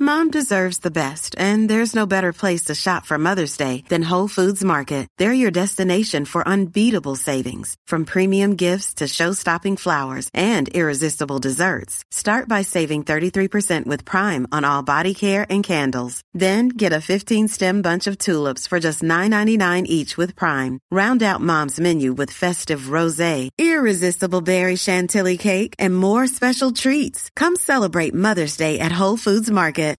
Mom deserves the best, and there's no better place to shop for Mother's Day than Whole Foods Market. They're your destination for unbeatable savings, from premium gifts to show-stopping flowers and irresistible desserts. Start by saving 33% with Prime on all body care and candles. Then get a 15-stem bunch of tulips for just $9.99 each with Prime. Round out Mom's menu with festive rosé, irresistible berry chantilly cake, and more special treats. Come celebrate Mother's Day at Whole Foods Market.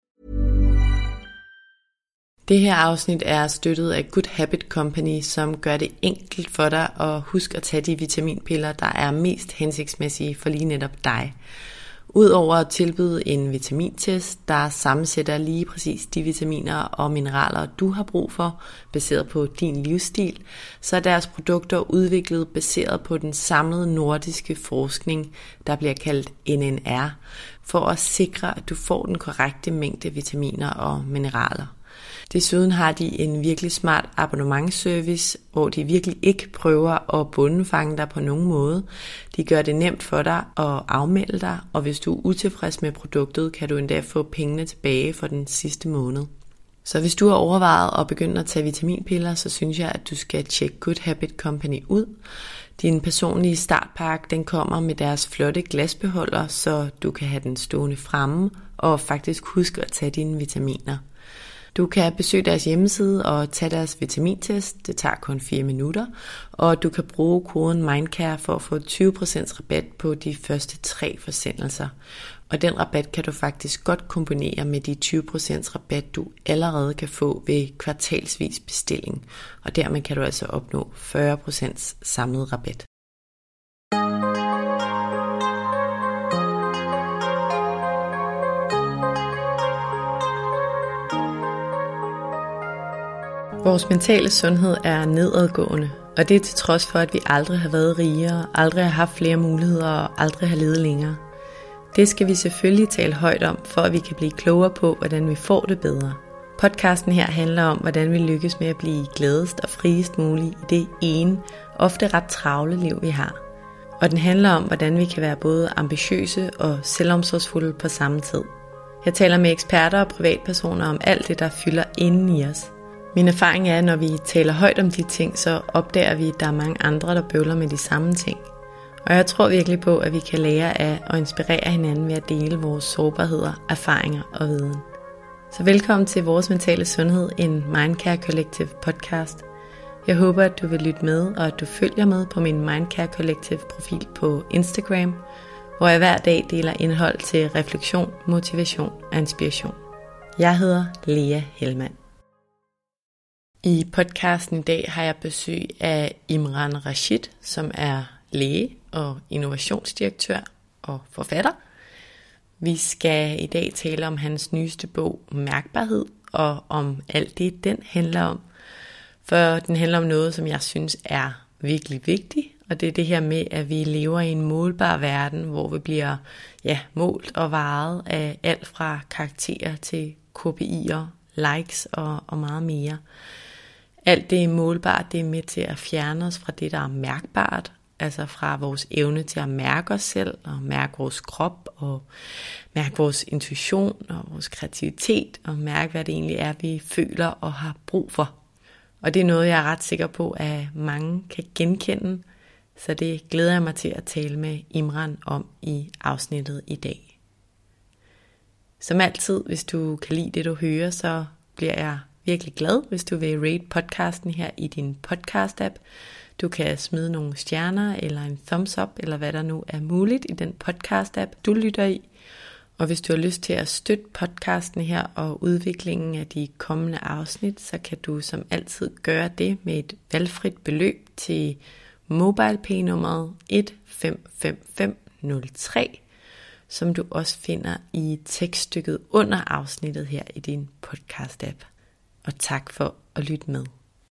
Det her afsnit er støttet af Good Habit Company, som gør det enkelt for dig at huske at tage de vitaminpiller, der er mest hensigtsmæssige for lige netop dig. Udover at tilbyde en vitamintest, der sammensætter lige præcis de vitaminer og mineraler, du har brug for, baseret på din livsstil, så er deres produkter udviklet baseret på den samlede nordiske forskning, der bliver kaldt NNR, for at sikre, at du får den korrekte mængde vitaminer og mineraler. Desuden har de en virkelig smart abonnementsservice, hvor de virkelig ikke prøver at bundefange dig på nogen måde. De gør det nemt for dig at afmelde dig, og hvis du er utilfreds med produktet, kan du endda få pengene tilbage for den sidste måned. Så hvis du har overvejet at begynde at tage vitaminpiller, så synes jeg, at du skal tjekke Good Habit Company ud. Din personlige startpakke, den kommer med deres flotte glasbeholder, så du kan have den stående fremme og faktisk huske at tage dine vitaminer. Du kan besøge deres hjemmeside og tage deres vitamintest. Det tager kun 4 minutter. Og du kan bruge koden MindCare for at få 20% rabat på de første 3 forsendelser. Og den rabat kan du faktisk godt kombinere med de 20% rabat, du allerede kan få ved kvartalsvis bestilling. Og dermed kan du altså opnå 40% samlet rabat. Vores mentale sundhed er nedadgående, og det er til trods for, at vi aldrig har været rigere, aldrig har haft flere muligheder og aldrig har levet længere. Det skal vi selvfølgelig tale højt om, for at vi kan blive klogere på, hvordan vi får det bedre. Podcasten her handler om, hvordan vi lykkes med at blive gladest og friest muligt i det ene, ofte ret travle liv, vi har. Og den handler om, hvordan vi kan være både ambitiøse og selvomsorgsfulde på samme tid. Jeg taler med eksperter og privatpersoner om alt det, der fylder inden i os. Min erfaring er, at når vi taler højt om de ting, så opdager vi, at der er mange andre, der bøvler med de samme ting. Og jeg tror virkelig på, at vi kan lære af og inspirere hinanden ved at dele vores sårbarheder, erfaringer og viden. Så velkommen til Vores Mentale Sundhed, en Mindcare Collective podcast. Jeg håber, at du vil lytte med, og at du følger med på min Mindcare Collective profil på Instagram, hvor jeg hver dag deler indhold til refleksion, motivation og inspiration. Jeg hedder Lea Hellmann. I podcasten i dag har jeg besøg af Imran Rashid, som er læge og innovationsdirektør og forfatter. Vi skal i dag tale om hans nyeste bog, Mærkbarhed, og om alt det, den handler om. For den handler om noget, som jeg synes er virkelig vigtigt, og det er det her med, at vi lever i en målbar verden, hvor vi bliver målt og varet af alt fra karakterer til KPI'er, likes og meget mere. Alt det målbart, det er med til at fjerne os fra det, der er mærkbart, altså fra vores evne til at mærke os selv, og mærke vores krop, og mærke vores intuition, og vores kreativitet, og mærke, hvad det egentlig er, vi føler og har brug for. Og det er noget, jeg er ret sikker på, at mange kan genkende, så det glæder jeg mig til at tale med Imran om i afsnittet i dag. Som altid, hvis du kan lide det, du hører, så bliver jeg virkelig glad, hvis du vil rate podcasten her i din podcast-app. Du kan smide nogle stjerner eller en thumbs up, eller hvad der nu er muligt i den podcast-app, du lytter i. Og hvis du har lyst til at støtte podcasten her og udviklingen af de kommende afsnit, så kan du som altid gøre det med et valgfrit beløb til MobilePay-nummeret 155503, som du også finder i tekststykket under afsnittet her i din podcast-app. Og tak for at lytte med.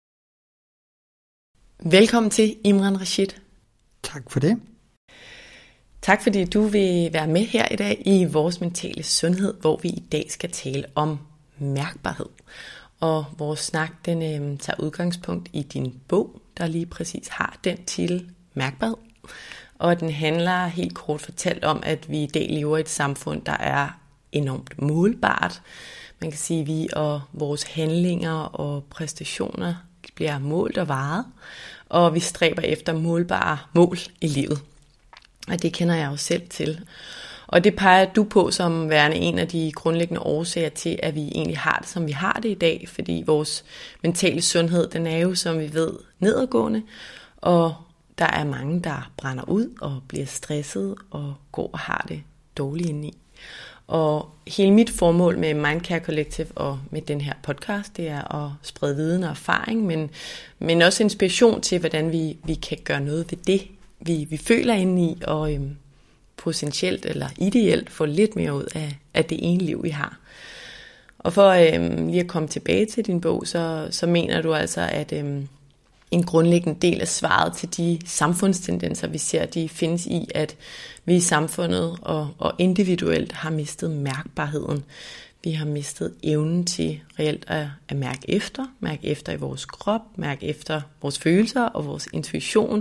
Velkommen til Imran Rashid. Tak for det. Tak fordi du vil være med her i dag i Vores Mentale Sundhed, hvor vi i dag skal tale om mærkbarhed. Og vores snak, den tager udgangspunkt i din bog, der lige præcis har den titel, Mærkbarhed. Og den handler helt kort fortalt om, at vi i dag lever i et samfund, der er enormt målbart. Man kan sige, at vi og vores handlinger og præstationer bliver målt og varet, og vi stræber efter målbare mål i livet. Og det kender jeg jo selv til. Og det peger du på som værende en af de grundlæggende årsager til, at vi egentlig har det, som vi har det i dag. Fordi vores mentale sundhed, den er jo, som vi ved, nedadgående. Og der er mange, der brænder ud og bliver stresset og går og har det dårligt indeni. Og hele mit formål med Mindcare Collective og med den her podcast, det er at sprede viden og erfaring, men også inspiration til, hvordan vi kan gøre noget ved det, vi føler indeni, og potentielt eller ideelt få lidt mere ud af det ene liv, vi har. Og for lige at komme tilbage til din bog, så mener du altså, at en grundlæggende del af svaret til de samfundstendenser, vi ser, de findes i, at vi i samfundet og individuelt har mistet mærkbarheden. Vi har mistet evnen til reelt at mærke efter i vores krop, mærke efter vores følelser og vores intuition.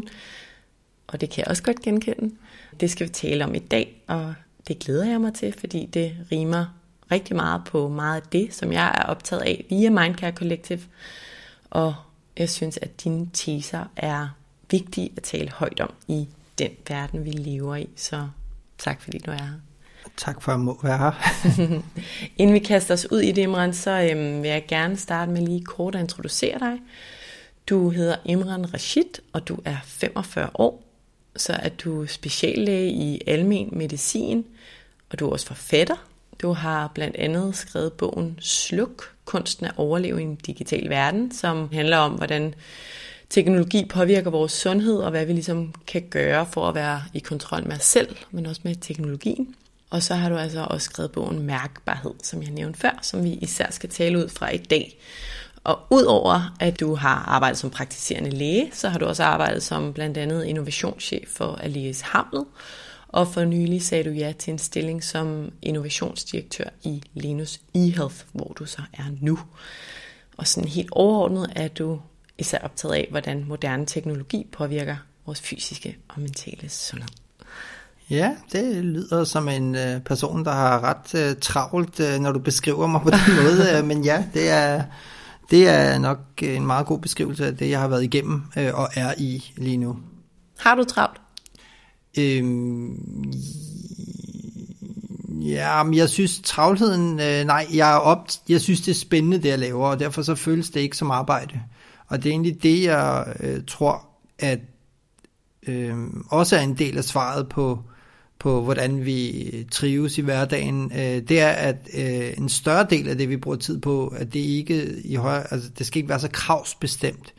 Og det kan jeg også godt genkende. Det skal vi tale om i dag, og det glæder jeg mig til, fordi det rimer rigtig meget på meget af det, som jeg er optaget af via Mindcare Collective. Og jeg synes, at dine teser er vigtige at tale højt om i den verden, vi lever i. Så tak fordi du er her. Tak for at må være her. Inden vi kaster os ud i det, Imran, så vil jeg gerne starte med lige kort at introducere dig. Du hedder Imran Rashid, og du er 45 år. Så er du speciallæge i almen medicin, og du er også forfatter. Du har blandt andet skrevet bogen Sluk, kunsten at overleve i en digital verden, som handler om, hvordan teknologi påvirker vores sundhed, og hvad vi ligesom kan gøre for at være i kontrol med os selv, men også med teknologien. Og så har du altså også skrevet bogen Mærkbarhed, som jeg nævnte før, som vi især skal tale ud fra i dag. Og udover at du har arbejdet som praktiserende læge, så har du også arbejdet som blandt andet innovationschef for Aleris Hamlet, og for nylig sagde du ja til en stilling som innovationsdirektør i Lenus eHealth, hvor du så er nu. Og sådan helt overordnet er du især optaget af, hvordan moderne teknologi påvirker vores fysiske og mentale sundhed. Ja, det lyder som en person, der har ret travlt, når du beskriver mig på den måde. Men ja, det er nok en meget god beskrivelse af det, jeg har været igennem og er i lige nu. Har du travlt? Ja, men jeg synes travlheden, jeg synes det er spændende det jeg laver, og derfor så føles det ikke som arbejde. Og det er egentlig det jeg tror, at også er en del af svaret på hvordan vi trives i hverdagen. Det er at en større del af det vi bruger tid på, at det ikke i højere, altså det skal ikke være så kravsbestemt,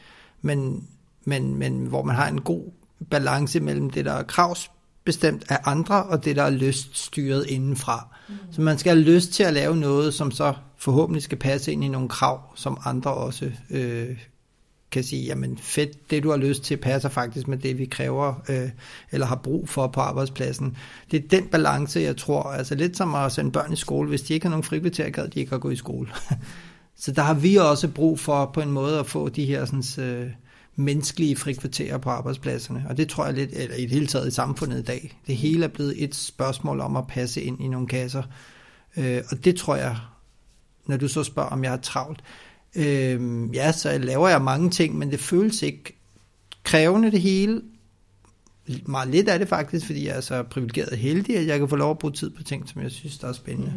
men hvor man har en god balance mellem det der er kravsbestemt af andre og det der er lyststyret indenfra. Så man skal have lyst til at lave noget som så forhåbentlig skal passe ind i nogle krav, som andre også kan sige, jamen fedt, det du har lyst til passer faktisk med det vi kræver eller har brug for på arbejdspladsen. Det er den balance jeg tror, altså lidt som at sende børn i skole, hvis de ikke har nogen frikvarter, gad de ikke at gå i skole. Så der har vi også brug for på en måde at få de her sådan menneskelige frikvarterer på arbejdspladserne, og det tror jeg lidt, eller i det hele taget i samfundet i dag. Det hele er blevet et spørgsmål om at passe ind i nogle kasser, og det tror jeg, når du så spørger, om jeg har travlt, ja, så laver jeg mange ting, men det føles ikke krævende det hele. Meget lidt af det faktisk, fordi jeg er så privilegeret og heldig, at jeg kan få lov at bruge tid på ting, som jeg synes, der er spændende.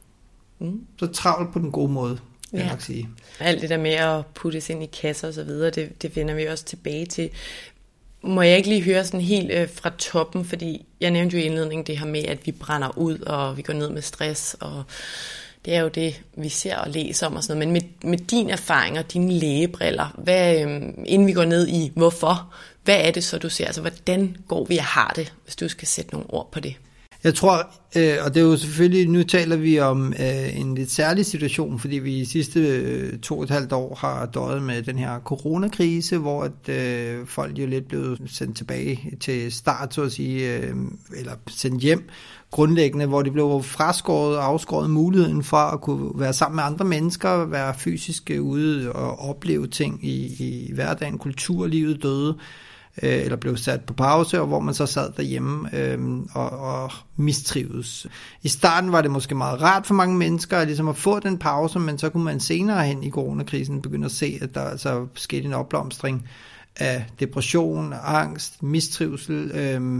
Så travlt på den gode måde, vil jeg nok sige. Alt det der med at puttes ind i kasser og så videre, det vender vi også tilbage til. Må jeg ikke lige høre sådan helt fra toppen, fordi jeg nævnte jo i indledningen det her med, at vi brænder ud, og vi går ned med stress, og det er jo det, vi ser og læser om og sådan noget. Men med din erfaring og dine lægebriller, inden vi går ned i hvorfor, hvad er det så, du ser? Altså, hvordan går vi og har det, hvis du skal sætte nogle ord på det? Jeg tror, og det er jo selvfølgelig, nu taler vi om en lidt særlig situation, fordi vi i sidste 2,5 år har døjet med den her coronakrise, hvor folk jo lidt blev sendt tilbage til start, så at sige, eller sendt hjem grundlæggende, hvor de blev fraskåret og afskåret muligheden for at kunne være sammen med andre mennesker, være fysisk ude og opleve ting i hverdagen, kulturlivet døde. eller blev sat på pause, og hvor man så sad derhjemme og mistrives. I starten var det måske meget rart for mange mennesker ligesom at få den pause, men så kunne man senere hen i coronakrisen begynde at se, at der altså skete en opblomstring af depression, angst, mistrivsel.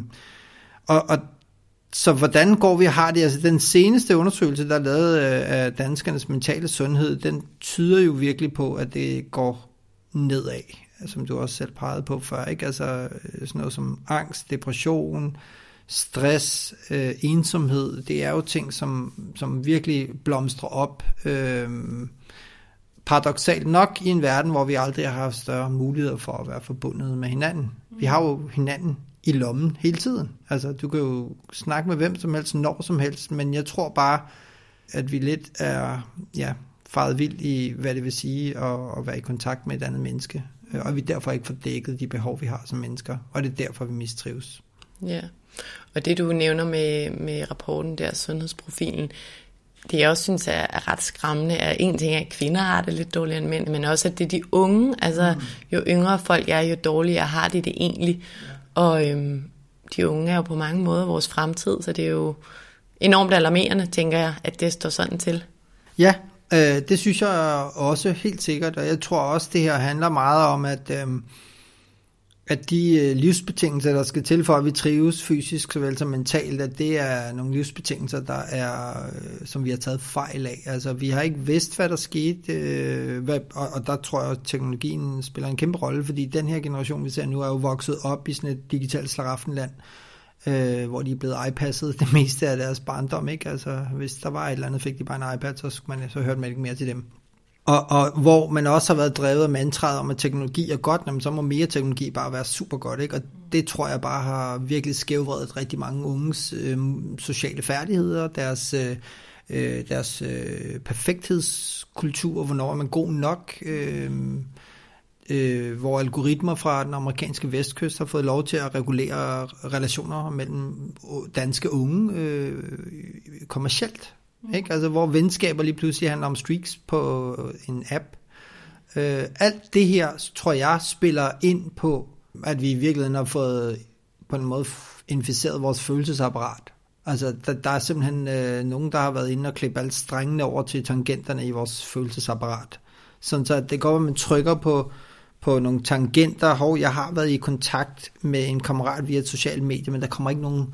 Så hvordan går vi og har det? Altså den seneste undersøgelse, der er lavet af danskernes mentale sundhed, den tyder jo virkelig på, at det går nedad, som du også selv pegede på før, ikke? Altså sådan noget som angst, depression, stress, ensomhed, det er jo ting, som virkelig blomstrer op. Paradoksalt nok i en verden, hvor vi aldrig har haft større muligheder for at være forbundet med hinanden. Vi har jo hinanden i lommen hele tiden. Altså, du kan jo snakke med hvem som helst, når som helst, men jeg tror bare, at vi lidt er faret vild i, hvad det vil sige at være i kontakt med et andet menneske, og vi derfor ikke får dækket de behov, vi har som mennesker, og det er derfor, vi mistrives. Ja, og det du nævner med rapporten der, sundhedsprofilen, det jeg også synes er ret skræmmende, er en ting, at kvinder har det lidt dårligere end mænd, men også at det er de unge, altså jo yngre folk er, jo dårligere har de det egentlig. Og de unge er jo på mange måder vores fremtid, så det er jo enormt alarmerende, tænker jeg, at det står sådan til. Ja, det synes jeg også helt sikkert, og jeg tror også, det her handler meget om, at de livsbetingelser, der skal til for, at vi trives fysisk såvel som mentalt, at det er nogle livsbetingelser, der er, som vi har taget fejl af. Altså, vi har ikke vidst, hvad der skete, og der tror jeg, at teknologien spiller en kæmpe rolle, fordi den her generation, vi ser nu, er jo vokset op i sådan et digitalt slaraffenland, hvor de er blevet iPadset det meste af deres barndom, ikke? Altså, hvis der var et eller andet, fik de bare en iPad, så hørte man ikke mere til dem. Og hvor man også har været drevet af mantraet om, at teknologi er godt, så må mere teknologi bare være super godt, ikke? Og det tror jeg bare har virkelig skævvredet rigtig mange unges sociale færdigheder, deres perfekthedskultur, hvornår er man god nok, hvor algoritmer fra den amerikanske vestkyst har fået lov til at regulere relationer mellem danske unge kommercielt. Ikke? Altså, hvor venskaber lige pludselig handler om streaks på en app. Alt det her, tror jeg, spiller ind på, at vi i virkeligheden har fået på en måde inficeret vores følelsesapparat. Altså, der er simpelthen nogen, der har været inde og klippe alle strengene over til tangenterne i vores følelsesapparat. Sådan så det går, at man trykker på nogle tangenter. Jeg har været i kontakt med en kammerat via et socialt medie, men der kommer ikke nogen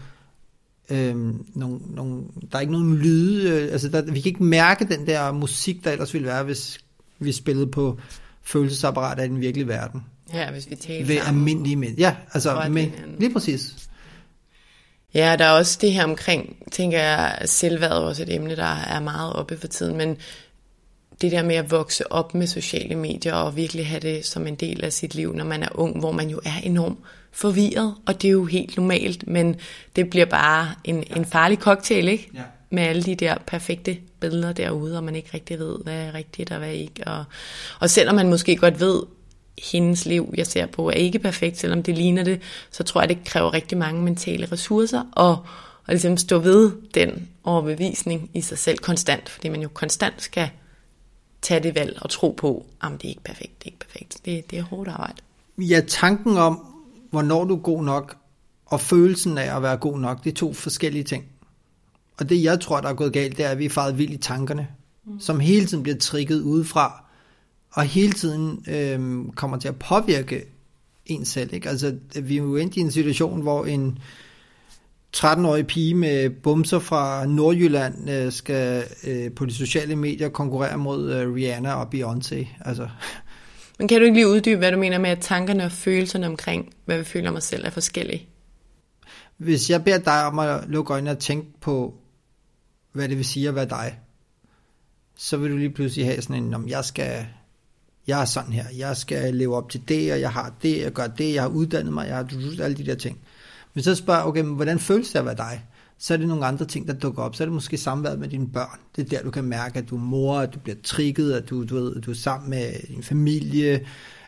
der er ikke nogen lyde, altså vi kan ikke mærke den der musik, der ellers ville være, hvis vi spillede på følelsesapparatet i den virkelige verden. Ja, hvis vi taler ved almindelige mænd. Ja, altså lige præcis. Ja, der er også det her omkring, tænker jeg, selvværd også et emne, der er meget oppe for tiden, men det der med at vokse op med sociale medier og virkelig have det som en del af sit liv, når man er ung, hvor man jo er enormt forvirret, og det er jo helt normalt, men det bliver bare en farlig cocktail, ikke? Ja. Med alle de der perfekte billeder derude, og man ikke rigtig ved, hvad er rigtigt og hvad ikke. Og selvom man måske godt ved, hendes liv, jeg ser på, er ikke perfekt, selvom det ligner det, så tror jeg, det kræver rigtig mange mentale ressourcer, og ligesom stå ved den overbevisning i sig selv konstant, fordi man jo konstant skal tage det valg og tro på, at det er ikke perfekt, det er ikke perfekt. Det er hårdt arbejde. Ja, tanken om, hvornår du er god nok, og følelsen af at være god nok, det er to forskellige ting. Og det, jeg tror, der er gået galt, det er, at vi er faret vildt i tankerne, som hele tiden bliver trigget udefra, og hele tiden kommer til at påvirke en selv. Ikke? Altså, vi er jo endt i en situation, hvor en 13-årig pige med bumser fra Nordjylland skal på de sociale medier konkurrere mod Rihanna og Beyoncé. Altså. Men kan du ikke lige uddybe, hvad du mener med, at tankerne og følelserne omkring, hvad vi føler om os selv, er forskellige? Hvis jeg beder dig om at lukke øjnene og tænke på, hvad det vil sige at være dig, så vil du lige pludselig have sådan en, jeg er sådan her, jeg skal leve op til det, og jeg har det, jeg gør det, jeg har uddannet mig, jeg har alle de der ting. Men så spørger okay, men hvordan føles det at være dig? Så er det nogle andre ting, der dukker op. Så er det måske samværet med dine børn. Det er der, du kan mærke, at du er mor, at du bliver trigget, at du er sammen med din familie.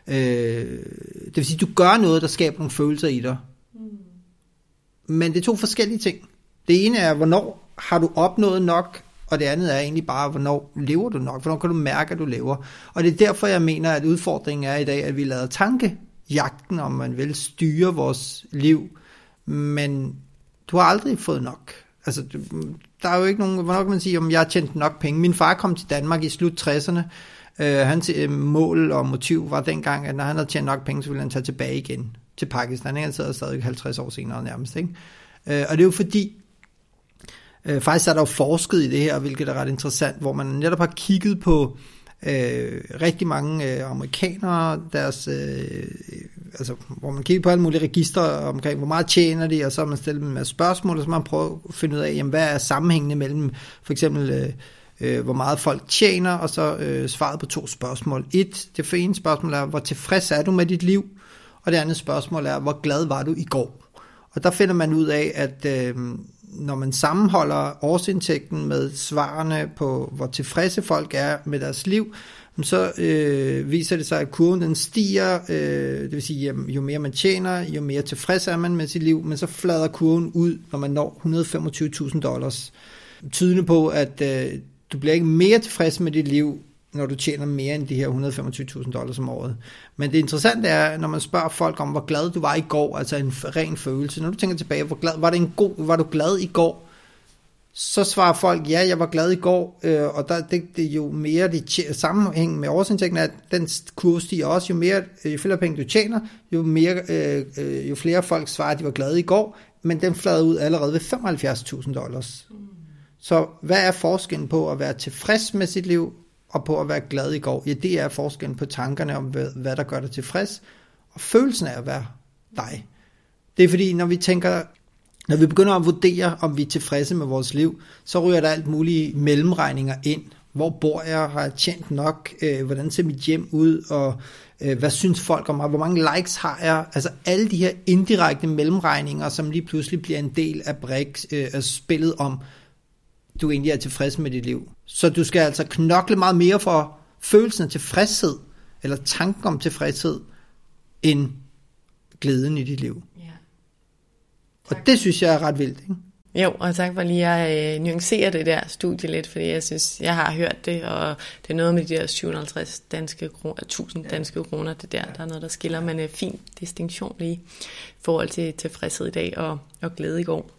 Det vil sige, at du gør noget, der skaber nogle følelser i dig. Men det er to forskellige ting. Det ene er, hvornår har du opnået nok, og det andet er egentlig bare, hvornår lever du nok? Hvornår kan du mærke, at du lever? Og det er derfor, jeg mener, at udfordringen er i dag, at vi lader tanke jagten, om man vil styre vores liv, men du har aldrig fået nok. Altså, der er jo ikke nogen, hvornår kan man sige, om jeg har tjent nok penge. Min far kom til Danmark i slut 60'erne. Hans mål og motiv var dengang, at når han havde tjent nok penge, så ville han tage tilbage igen til Pakistan. Han sidder stadig 50 år senere nærmest, ikke? Og det er jo fordi, faktisk er der jo forsket i det her, hvilket er ret interessant, hvor man netop har kigget på rigtig mange amerikanere, deres, altså, hvor man kigger på alle mulige registre omkring, hvor meget tjener de, og så har man stillet dem med spørgsmål, og så man prøver at finde ud af, jamen, hvad er sammenhængende mellem for eksempel hvor meget folk tjener, og så svaret på 2 spørgsmål. Det ene spørgsmål er, hvor tilfreds er du med dit liv, og det andet spørgsmål er, hvor glad var du i går? Og der finder man ud af, at når man sammenholder årsindtægten med svarene på, hvor tilfredse folk er med deres liv, så viser det sig, at kurven den stiger, det vil sige, jo mere man tjener, jo mere tilfreds er man med sit liv, men så flader kurven ud, når man når $125,000. Tydende på, at du bliver ikke mere tilfreds med dit liv, når du tjener mere end de her $125,000 om året. Men det interessante er, når man spørger folk om, hvor glad du var i går, altså en ren følelse. Når du tænker tilbage, hvor glad, var du glad i går? Så svarer folk, ja, jeg var glad i går, og det jo mere det sammenhæng med årsindtægten, at den kurve stiger også, jo flere penge du tjener, jo flere folk svarer, at de var glade i går, men den flader ud allerede ved $75,000. Så hvad er forskellen på at være tilfreds med sit liv, og på at være glad i går? Ja, det er forskellen på tankerne om, hvad der gør dig tilfreds, og følelsen af at være dig. Det er fordi, når vi begynder at vurdere, om vi er tilfredse med vores liv, så ryger der alt mulige mellemregninger ind. Hvor bor jeg? Har jeg tjent nok? Hvordan ser mit hjem ud? Og hvad synes folk om mig? Hvor mange likes har jeg? Altså alle de her indirekte mellemregninger, som lige pludselig bliver en del af spillet om, du egentlig er tilfreds med dit liv. Så du skal altså knokle meget mere for følelsen af tilfredshed, eller tanken om tilfredshed, end glæden i dit liv. Ja. Og det synes jeg er ret vildt, ikke? Jo, og tak for lige at nuancere det der studie lidt, fordi jeg synes, jeg har hørt det, og det er noget med de der 750 1000 danske kroner, det der er noget, der skiller, men en fin distinktion lige i forhold til tilfredshed i dag og glæde i går.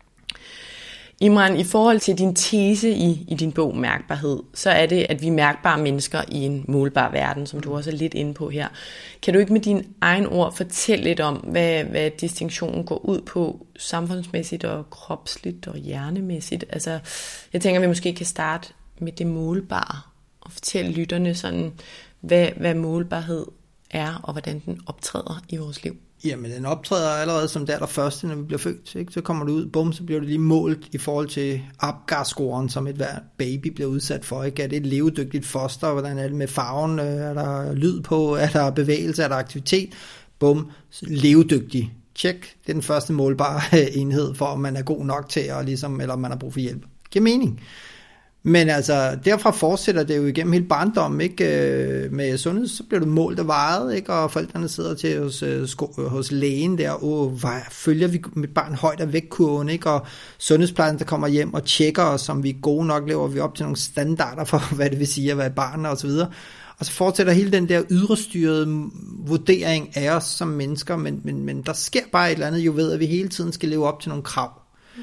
Imran, i forhold til din tese i din bog Mærkbarhed, så er det, at vi er mærkbare mennesker i en målbar verden, som du også er lidt inde på her. Kan du ikke med dine egne ord fortælle lidt om, hvad distinktionen går ud på samfundsmæssigt og kropsligt og hjernemæssigt? Altså, jeg tænker, at vi måske kan starte med det målbare og fortælle lytterne sådan, hvad målbarhed er og hvordan den optræder i vores liv. Jamen, den optræder allerede som det allerførste, når vi bliver født. Ikke? Så kommer du ud, bum, så bliver du lige målt i forhold til Apgar-scoren, som et hver baby bliver udsat for. Ikke? Er det et levedygtigt foster? Hvordan er det med farven? Er der lyd på? Er der bevægelse? Er der aktivitet? Bum, levedygtig. Tjek. Det er den første målbare enhed for, om man er god nok til, eller om man har brug for hjælp. Giver mening. Men altså, derfra fortsætter det jo igennem hele barndommen, ikke? Med sundhed, så bliver du målt og vejet, ikke? Og forældrene sidder til hos lægen der, følger vi mit barn højt af vægtkurven, ikke? Og sundhedsplejen, der kommer hjem og tjekker os, om vi er gode nok, lever vi op til nogle standarder for, hvad det vil sige at være barn og så videre. Og så fortsætter hele den der ydrestyrede vurdering af os som mennesker, men der sker bare et eller andet, jo ved, at vi hele tiden skal leve op til nogle krav.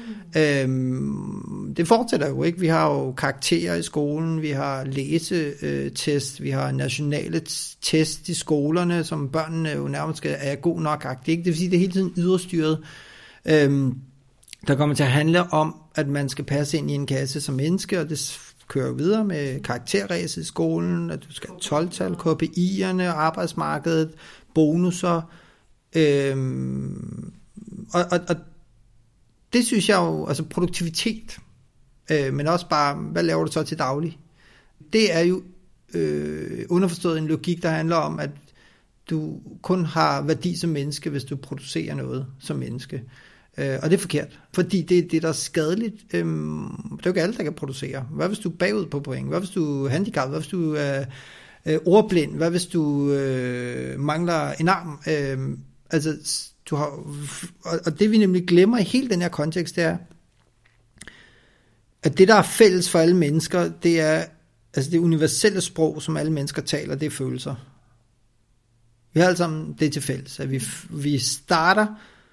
Det fortsætter jo ikke. Vi har jo karakterer i skolen, vi har læsetest, vi har nationale test i skolerne, som børnene jo nærmest er god nok-agtigt. Det vil sige, det er hele tiden yderstyret. Der kommer til at handle om, at man skal passe ind i en kasse som menneske, og det kører videre med karakterræset i skolen, at du skal have 12-tal, KPI'erne, arbejdsmarkedet, bonusser, og det synes jeg jo, altså produktivitet, men også bare, hvad laver du så til daglig? Det er jo underforstået en logik, der handler om, at du kun har værdi som menneske, hvis du producerer noget som menneske. Og det er forkert, fordi det er det, der er skadeligt. Det er jo ikke alle, der kan producere. Hvad hvis du er bagud på point? Hvad hvis du er handicappet? Hvad hvis du er ordblind? Hvad hvis du mangler en arm? Altså, du har, og det vi nemlig glemmer i hele den her kontekst, det er, at det der er fælles for alle mennesker, det er, altså det universelle sprog, som alle mennesker taler, det er følelser. Vi har alle sammen det til fælles, at vi starter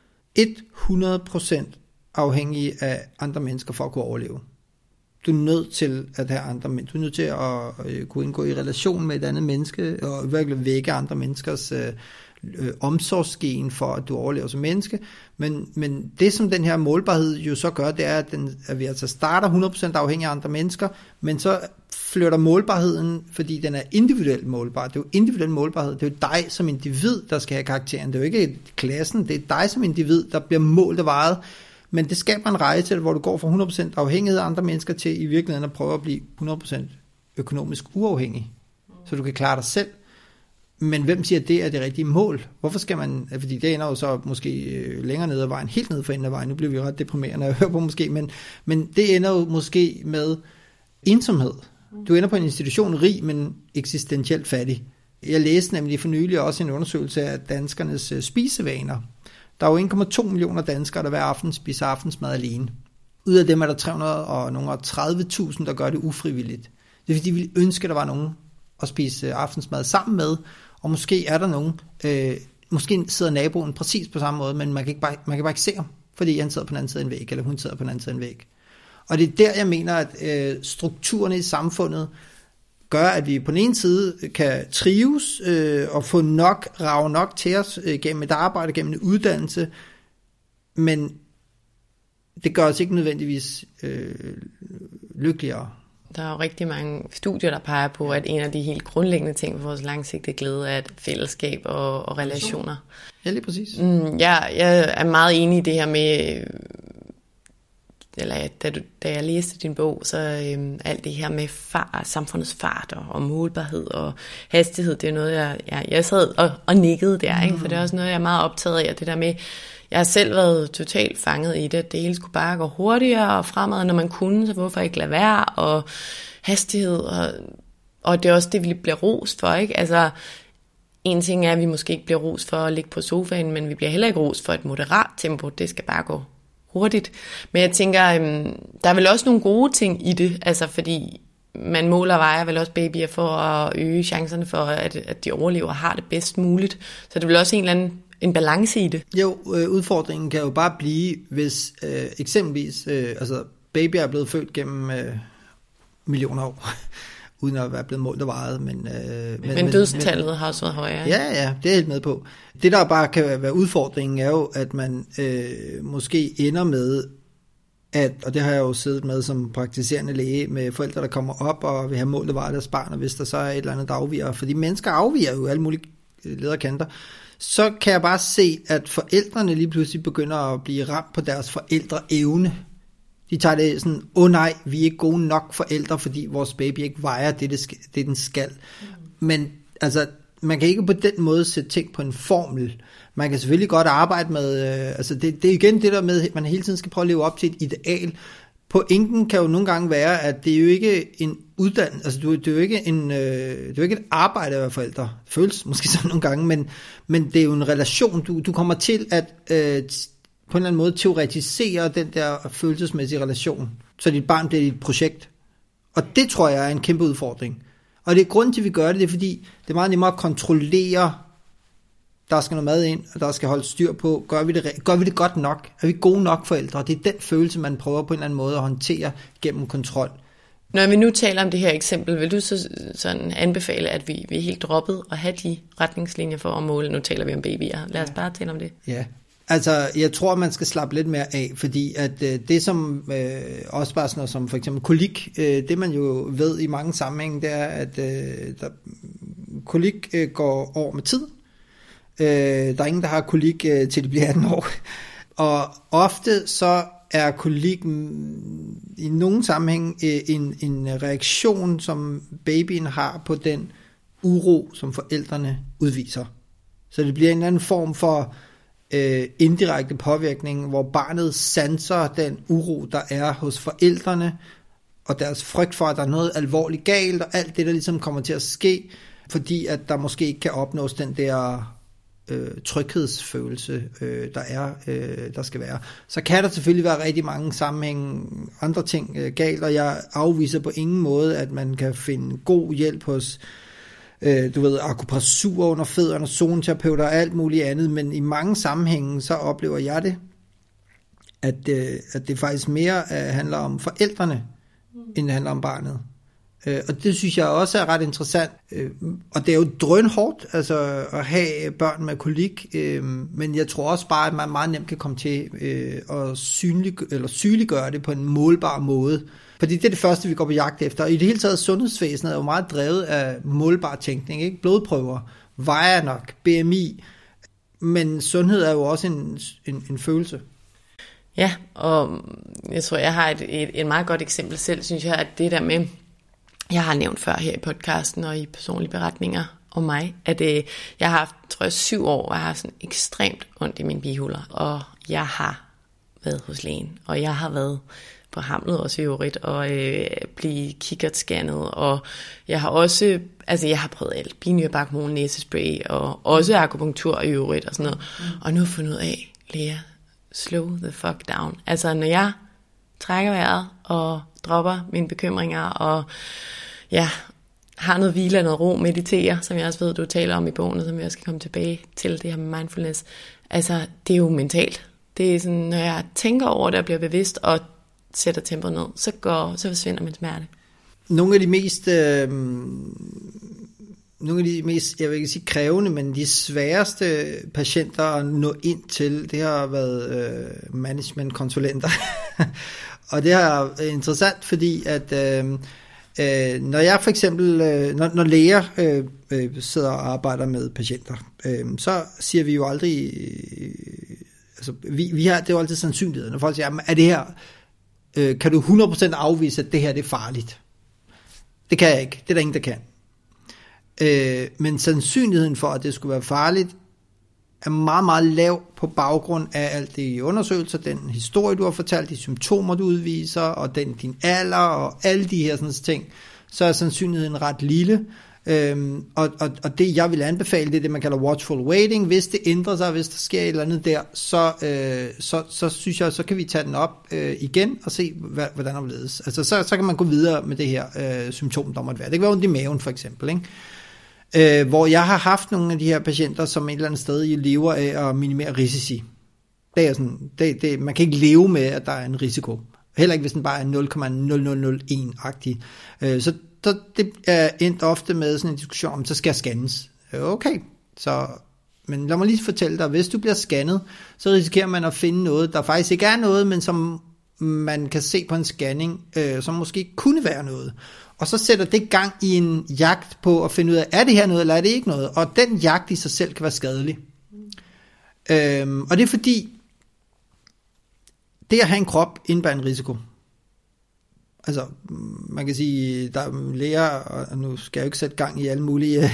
100% afhængige af andre mennesker for at kunne overleve. Du er nødt til at have andre mennesker. Du er nødt til at kunne indgå i relation med et andet menneske, og virkelig vække andre menneskers omsorgsgen for, at du overlever som menneske. Men det, som den her målbarhed jo så gør, det er, at vi altså starter 100% afhængig af andre mennesker, men så flytter målbarheden, fordi den er individuelt målbar. Det er jo individuel målbarhed. Det er jo dig som individ, der skal have karakteren. Det er jo ikke klassen. Det er dig som individ, der bliver målt og vejet. Men det skaber en rejse, hvor du går fra 100% afhængighed af andre mennesker til i virkeligheden at prøve at blive 100% økonomisk uafhængig. Så du kan klare dig selv. Men hvem siger, at det er det rigtige mål? Hvorfor skal man, fordi det ender jo så måske længere ned ad vejen, helt ned for enden af vejen, nu bliver vi ret deprimerende at høre på måske, men det ender jo måske med ensomhed. Du ender på en institution rig, men eksistentielt fattig. Jeg læste nemlig for nylig også en undersøgelse af danskernes spisevaner. Der er jo 1,2 millioner danskere, der hver aften spiser aftensmad alene. Ud af dem er der 330.000, der gør det ufrivilligt. Det er fordi, de ville ønske, at der var nogen at spise aftensmad sammen med, og måske er der nogen, måske sidder naboen præcis på samme måde, men man kan bare ikke se ham, fordi han sidder på den anden side af en væg, eller hun sidder på den anden side af en væg. Og det er der, jeg mener, at strukturerne i samfundet gør, at vi på den ene side kan trives og få rage nok til os gennem et arbejde, gennem en uddannelse, men det gør os ikke nødvendigvis lykkeligere. Der er jo rigtig mange studier, der peger på, at en af de helt grundlæggende ting for vores langsigtede glæde er fællesskab og relationer. Ja, lige præcis. Jeg er meget enig i det her med, eller da jeg læste din bog, så alt det her med samfundets fart og målbarhed og hastighed, det er noget, jeg sad og nikkede der, ikke? For det er også noget, jeg er meget optaget af, det der med, jeg har selv været totalt fanget i det, at det hele skulle bare gå hurtigere og fremad, når man kunne, så hvorfor ikke lade være, og hastighed, og det er også det, vi bliver rost for, ikke? Altså, en ting er, at vi måske ikke bliver rost for at ligge på sofaen, men vi bliver heller ikke rost for et moderat tempo, det skal bare gå hurtigt. Men jeg tænker, der er vel også nogle gode ting i det, altså fordi man måler og vejer vel også babyer for at øge chancerne for, at de overlever og har det bedst muligt. Så det er vel også en balance i det. Jo, udfordringen kan jo bare blive, hvis eksempelvis babyer er blevet født gennem millioner år, uden at være blevet målt og vejet. Men dødstallet har også været højere. Ja, det er jeg helt med på. Det, der bare kan være udfordringen, er jo, at man måske ender med, og det har jeg jo siddet med som praktiserende læge, med forældre, der kommer op og vil have målt og vejet deres barn, og hvis der så er et eller andet, der afviger, fordi mennesker afviger jo alle mulige lederkanter, så kan jeg bare se, at forældrene lige pludselig begynder at blive ramt på deres forældreevne. De tager det sådan, nej, vi er ikke gode nok forældre, fordi vores baby ikke vejer det den skal. Men altså, man kan ikke på den måde sætte ting på en formel. Man kan selvfølgelig godt arbejde med, det er igen det der med, at man hele tiden skal prøve at leve op til et ideal. Pointen kan jo nogle gange være, at det er jo ikke en uddannelse, altså det er jo ikke et arbejde at være forældre. Føles måske sådan nogle gange, men det er jo en relation. Du kommer til at på en eller anden måde teoretisere den der følelsesmæssige relation, så dit barn bliver dit projekt. Og det tror jeg er en kæmpe udfordring. Og det er grunden til, at vi gør det, det er fordi, det er meget nemmere at kontrollere, der skal noget mad ind, og der skal holde styr på, gør vi det godt nok? Er vi gode nok forældre? Det er den følelse, man prøver på en eller anden måde at håndtere gennem kontrol. Når vi nu taler om det her eksempel, vil du så sådan anbefale, at vi er helt droppet at have de retningslinjer for at måle? Nu taler vi om babyer. Lad os bare tale om det. Ja. Altså, jeg tror, man skal slappe lidt mere af, fordi at det som også bare sådan noget som for eksempel kolik, det man jo ved i mange sammenhænge, det er, at kolik går over med tid. Der er ingen, der har kolik til de bliver 18 år. Og ofte så er kolik i nogle sammenhæng en reaktion, som babyen har på den uro, som forældrene udviser. Så det bliver en eller anden form for indirekte påvirkning, hvor barnet sanser den uro, der er hos forældrene, og deres frygt for, at der er noget alvorligt galt, og alt det, der ligesom kommer til at ske, fordi at der måske ikke kan opnås den der tryghedsfølelse, der skal være. Så kan der selvfølgelig være rigtig mange sammenhænge, andre ting galt, og jeg afviser på ingen måde, at man kan finde god hjælp hos du ved, akupressur under fødderne, zoneterapeuter og alt muligt andet, men i mange sammenhænge, så oplever jeg det, at det faktisk mere handler om forældrene, end det handler om barnet. Og det synes jeg også er ret interessant. Og det er jo drønhårdt altså, at have børn med kolik, men jeg tror også bare, at man meget nemt kan komme til at sygeliggøre det på en målbar måde. Fordi det er det første, vi går på jagt efter. Og i det hele taget, sundhedsvæsenet er jo meget drevet af målbar tænkning. Ikke? Blodprøver, vejer nok, BMI. Men sundhed er jo også en følelse. Ja, og jeg tror, jeg har et meget godt eksempel selv, synes jeg, at det der med, jeg har nævnt før her i podcasten og i personlige beretninger om mig, at jeg har haft, tror jeg, 7 år, og jeg har haft sådan ekstremt ondt i mine bihuler, og jeg har været hos lægen, og jeg har været på Hamlet også i øvrigt, og blive kikkertscannet, og jeg har også, altså jeg har prøvet alt, binyrebarkhormon, næsespray, og også akupunktur i øvrigt, og sådan noget, og nu har jeg fundet ud af, Lea, slow the fuck down. Altså når jeg trækker vejret og dropper mine bekymringer og ja, har noget hvile og noget ro, mediterer, som jeg også ved, du taler om i bogen, og som jeg skal komme tilbage til, det her med mindfulness. Altså det er jo mentalt. Det er sådan, når jeg tænker over det og bliver bevidst og sætter tempoet ned, så forsvinder min smerte. Nogle af de mest, jeg vil ikke sige krævende, men de sværeste patienter at nå ind til, det har været managementkonsulenter. Og det er interessant, fordi at når jeg for eksempel, når læger sidder og arbejder med patienter, så siger vi jo aldrig, altså vi har, det er jo altid sandsynlighed, når folk siger, er det her, kan du 100% afvise, at det her det er farligt? Det kan jeg ikke, det er der ingen, der kan. Men sandsynligheden for, at det skulle være farligt, er meget, meget lav på baggrund af alt det i undersøgelser, den historie, du har fortalt, de symptomer, du udviser, og din alder, og alle de her sådan ting, så er sandsynligheden ret lille. Og det, jeg vil anbefale, det er det, man kalder watchful waiting. Hvis det ændrer sig, hvis der sker et eller andet der, så synes jeg, så kan vi tage den op igen og se, hvordan det ledes. Altså, så kan man gå videre med det her symptom, der måtte være. Det kan være ondt i maven, for eksempel, ikke? Hvor jeg har haft nogle af de her patienter, som et eller andet sted lever af at minimere risici. Det er sådan, man kan ikke leve med, at der er en risiko. Heller ikke, hvis den bare er 0,0001-agtig. Så det er endt ofte med sådan en diskussion om, så skal jeg scannes. Okay, men lad mig lige fortælle dig, hvis du bliver scannet, så risikerer man at finde noget, der faktisk ikke er noget, men som man kan se på en scanning, som måske kunne være noget. Og så sætter det gang i en jagt på at finde ud af, er det her noget, eller er det ikke noget? Og den jagt i sig selv kan være skadelig. Og det er fordi, det at have en krop indebærer en risiko. Altså, man kan sige, der er læger, og nu skal jeg jo ikke sætte gang i alle mulige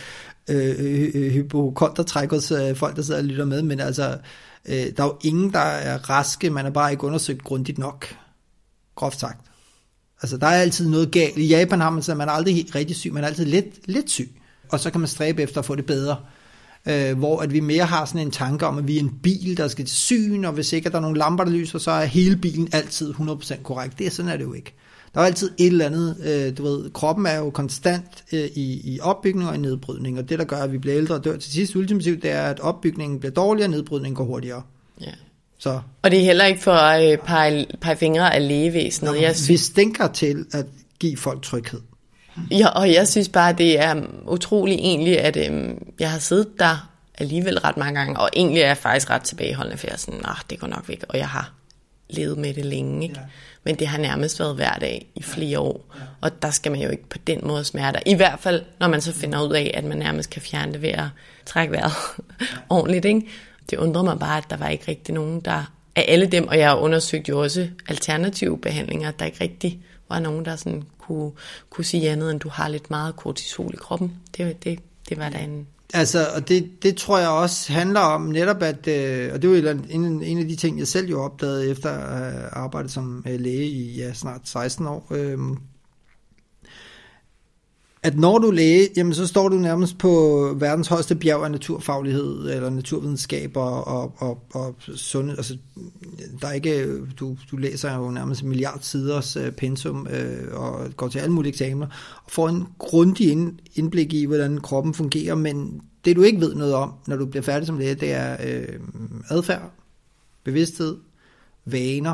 hypokontertræk hos folk, der sidder og lytter med, men altså, der er jo ingen, der er raske, man er bare ikke undersøgt grundigt nok, groft sagt. Altså, der er altid noget galt. I Japan har man sådan, man er aldrig rigtig syg, man er altid lidt syg, og så kan man stræbe efter at få det bedre. Hvor at vi mere har sådan en tanke om, at vi er en bil, der skal til syn, og hvis ikke der er nogle lamper, der lyser, så er hele bilen altid 100% korrekt. Sådan er det jo ikke. Der er altid et eller andet, du ved, kroppen er jo konstant i opbygning og i nedbrydning, og det, der gør, at vi bliver ældre og dør til sidst ultimativt, det er, at opbygningen bliver dårligere, og nedbrydningen går hurtigere. Ja. Så. Og det er heller ikke for at pege fingre af lægevæsenet. Vi stinker til at give folk tryghed. Ja, og jeg synes bare, det er utroligt egentlig, at jeg har siddet der alligevel ret mange gange, og egentlig er jeg faktisk ret tilbageholdende, for jeg er sådan, det går nok væk, og jeg har levet med det længe, ikke? Ja. Men det har nærmest været hver dag i flere år, og der skal man jo ikke på den måde smerte. I hvert fald, når man så finder ud af, at man nærmest kan fjerne det ved at trække vejret ordentligt, ikke? Det undrer mig bare, at der var ikke rigtig nogen, der af alle dem, og jeg har undersøgt jo også alternative behandlinger, der ikke rigtig var nogen, der sådan kunne sige andet, end du har lidt meget kortisol i kroppen. Det var da en... Altså, og det tror jeg også handler om netop, at, og det var en af de ting, jeg selv jo opdagede efter at have arbejdet som læge i snart 16 år, at når du er læge, jamen så står du nærmest på verdens højeste bjerg af naturfaglighed eller naturvidenskab og sundhed. Altså, der er ikke, du læser jo nærmest en milliard siders pensum og går til alle mulige eksamener og får en grundig indblik i, hvordan kroppen fungerer, men det du ikke ved noget om, når du bliver færdig som læge, det er adfærd, bevidsthed, vaner,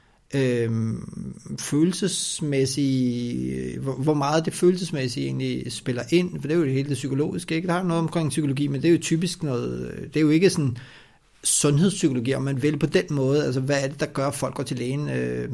følelsesmæssige, hvor meget det følelsesmæssige egentlig spiller ind, for det er jo det hele det psykologiske, ikke? Der er noget omkring psykologi, men det er jo typisk noget, det er jo ikke sådan sundhedspsykologi, om man vil på den måde, altså hvad er det, der gør, at folk går til lægen,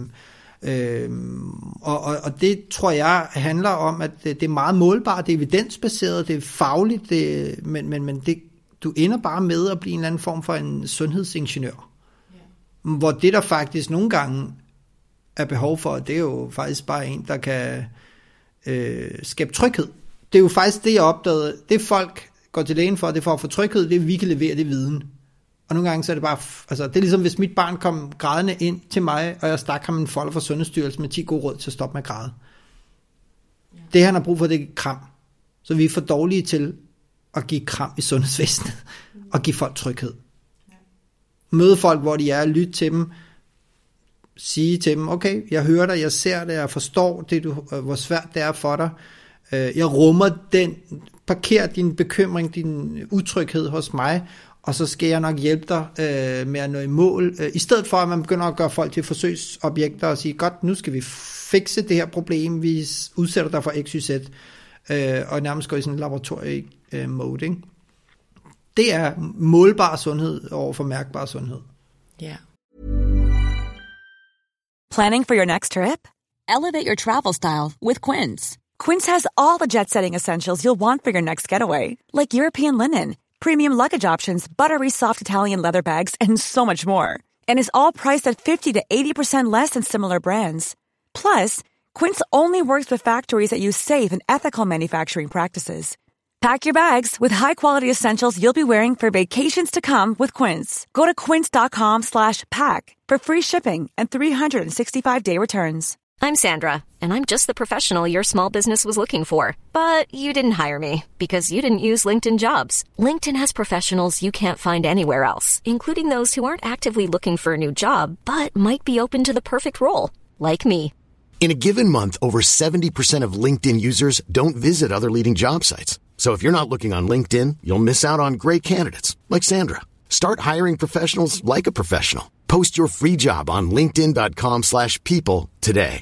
og det tror jeg handler om, at det er meget målbart, det er evidensbaseret, det er fagligt, men det, du ender bare med at blive en eller anden form for en sundhedsingeniør, hvor det der faktisk nogle gange er behov for, det er jo faktisk bare en, der kan skabe tryghed. Det er jo faktisk det, jeg opdagede. Det folk går til lægen for, det er for at få tryghed, det er, vi kan levere det viden. Og nogle gange så er det bare, altså det er ligesom, hvis mit barn kom grædende ind til mig, og jeg stak ham en folder fra Sundhedsstyrelsen med 10 gode råd til at stoppe med at græde. Ja. Det han har brug for, det er kram. Så vi er for dårlige til at give kram i sundhedsvæsenet, og give folk tryghed. Møde folk, hvor de er, lytte til dem, sige til dem, okay, jeg hører dig, jeg ser det, jeg forstår det, hvor svært det er for dig, jeg rummer den, parker din bekymring, din utryghed hos mig, og så skal jeg nok hjælpe dig med at nå i mål, i stedet for at man begynder at gøre folk til forsøgsobjekter og sige, godt, nu skal vi fikse det her problem, vi udsætter dig for XYZ, og nærmest går i sådan en laboratorie-mode, ikke? Det er målbar sundhed over for mærkbar sundhed. Ja. Planning for your next trip? Elevate your travel style with Quince. Quince has all the jet-setting essentials you'll want for your next getaway, like European linen, premium luggage options, buttery soft Italian leather bags, and so much more. And is all priced at 50 to 80% less than similar brands. Plus, Quince only works with factories that use safe and ethical manufacturing practices. Pack your bags with high-quality essentials you'll be wearing for vacations to come with Quince. Go to quince.com/pack for free shipping and 365-day returns. I'm Sandra, and I'm just the professional your small business was looking for. But you didn't hire me because you didn't use LinkedIn Jobs. LinkedIn has professionals you can't find anywhere else, including those who aren't actively looking for a new job, but might be open to the perfect role, like me. In a given month, over 70% of LinkedIn users don't visit other leading job sites. So if you're not looking on LinkedIn, you'll miss out on great candidates like Sandra. Start hiring professionals like a professional. Post your free job on linkedin.com/people today.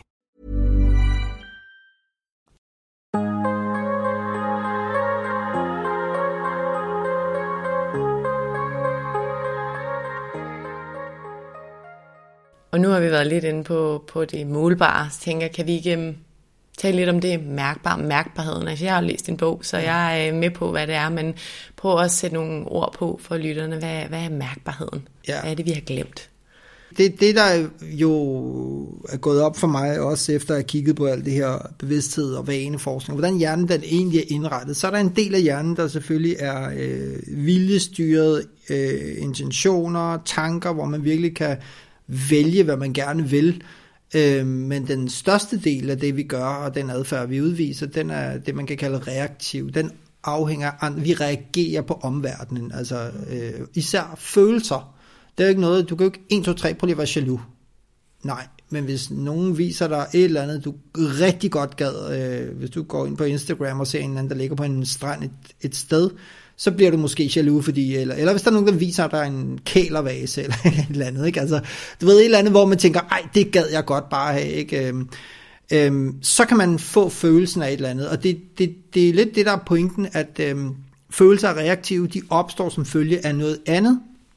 Og nu har vi været lidt inde på det målbare. Så tænker jeg, kan vi ikke tale lidt om det mærkbarheden? Altså jeg har læst en bog, så jeg er med på, hvad det er, men prøv også at sætte nogle ord på for lytterne. Hvad er mærkbarheden? Ja. Hvad er det, vi har glemt? Det, der jo er gået op for mig, også efter at have kigget på alt det her bevidsthed og vaneforskning, hvordan hjernen den egentlig er indrettet, så er der en del af hjernen, der selvfølgelig er viljestyret, intentioner, tanker, hvor man virkelig kan vælge, hvad man gerne vil. Men den største del af det, vi gør, og den adfærd, vi udviser, den er det, man kan kalde reaktiv. Den afhænger af, vi reagerer på omverdenen, altså især følelser. Det er jo ikke noget, du kan jo ikke 1, 2, 3 prøve at være jaloux. Nej, men hvis nogen viser dig et eller andet, du rigtig godt gad, hvis du går ind på Instagram og ser en eller anden, der ligger på en strand et sted, så bliver du måske jaloux, fordi, eller hvis der er nogen, der viser dig en kælervase, eller et eller andet, ikke? Altså, du ved, et eller andet, hvor man tænker, ej, det gad jeg godt bare have, ikke? Så kan man få følelsen af et eller andet, og det er lidt det, der er pointen, at følelser er reaktive, de opstår som følge af noget andet.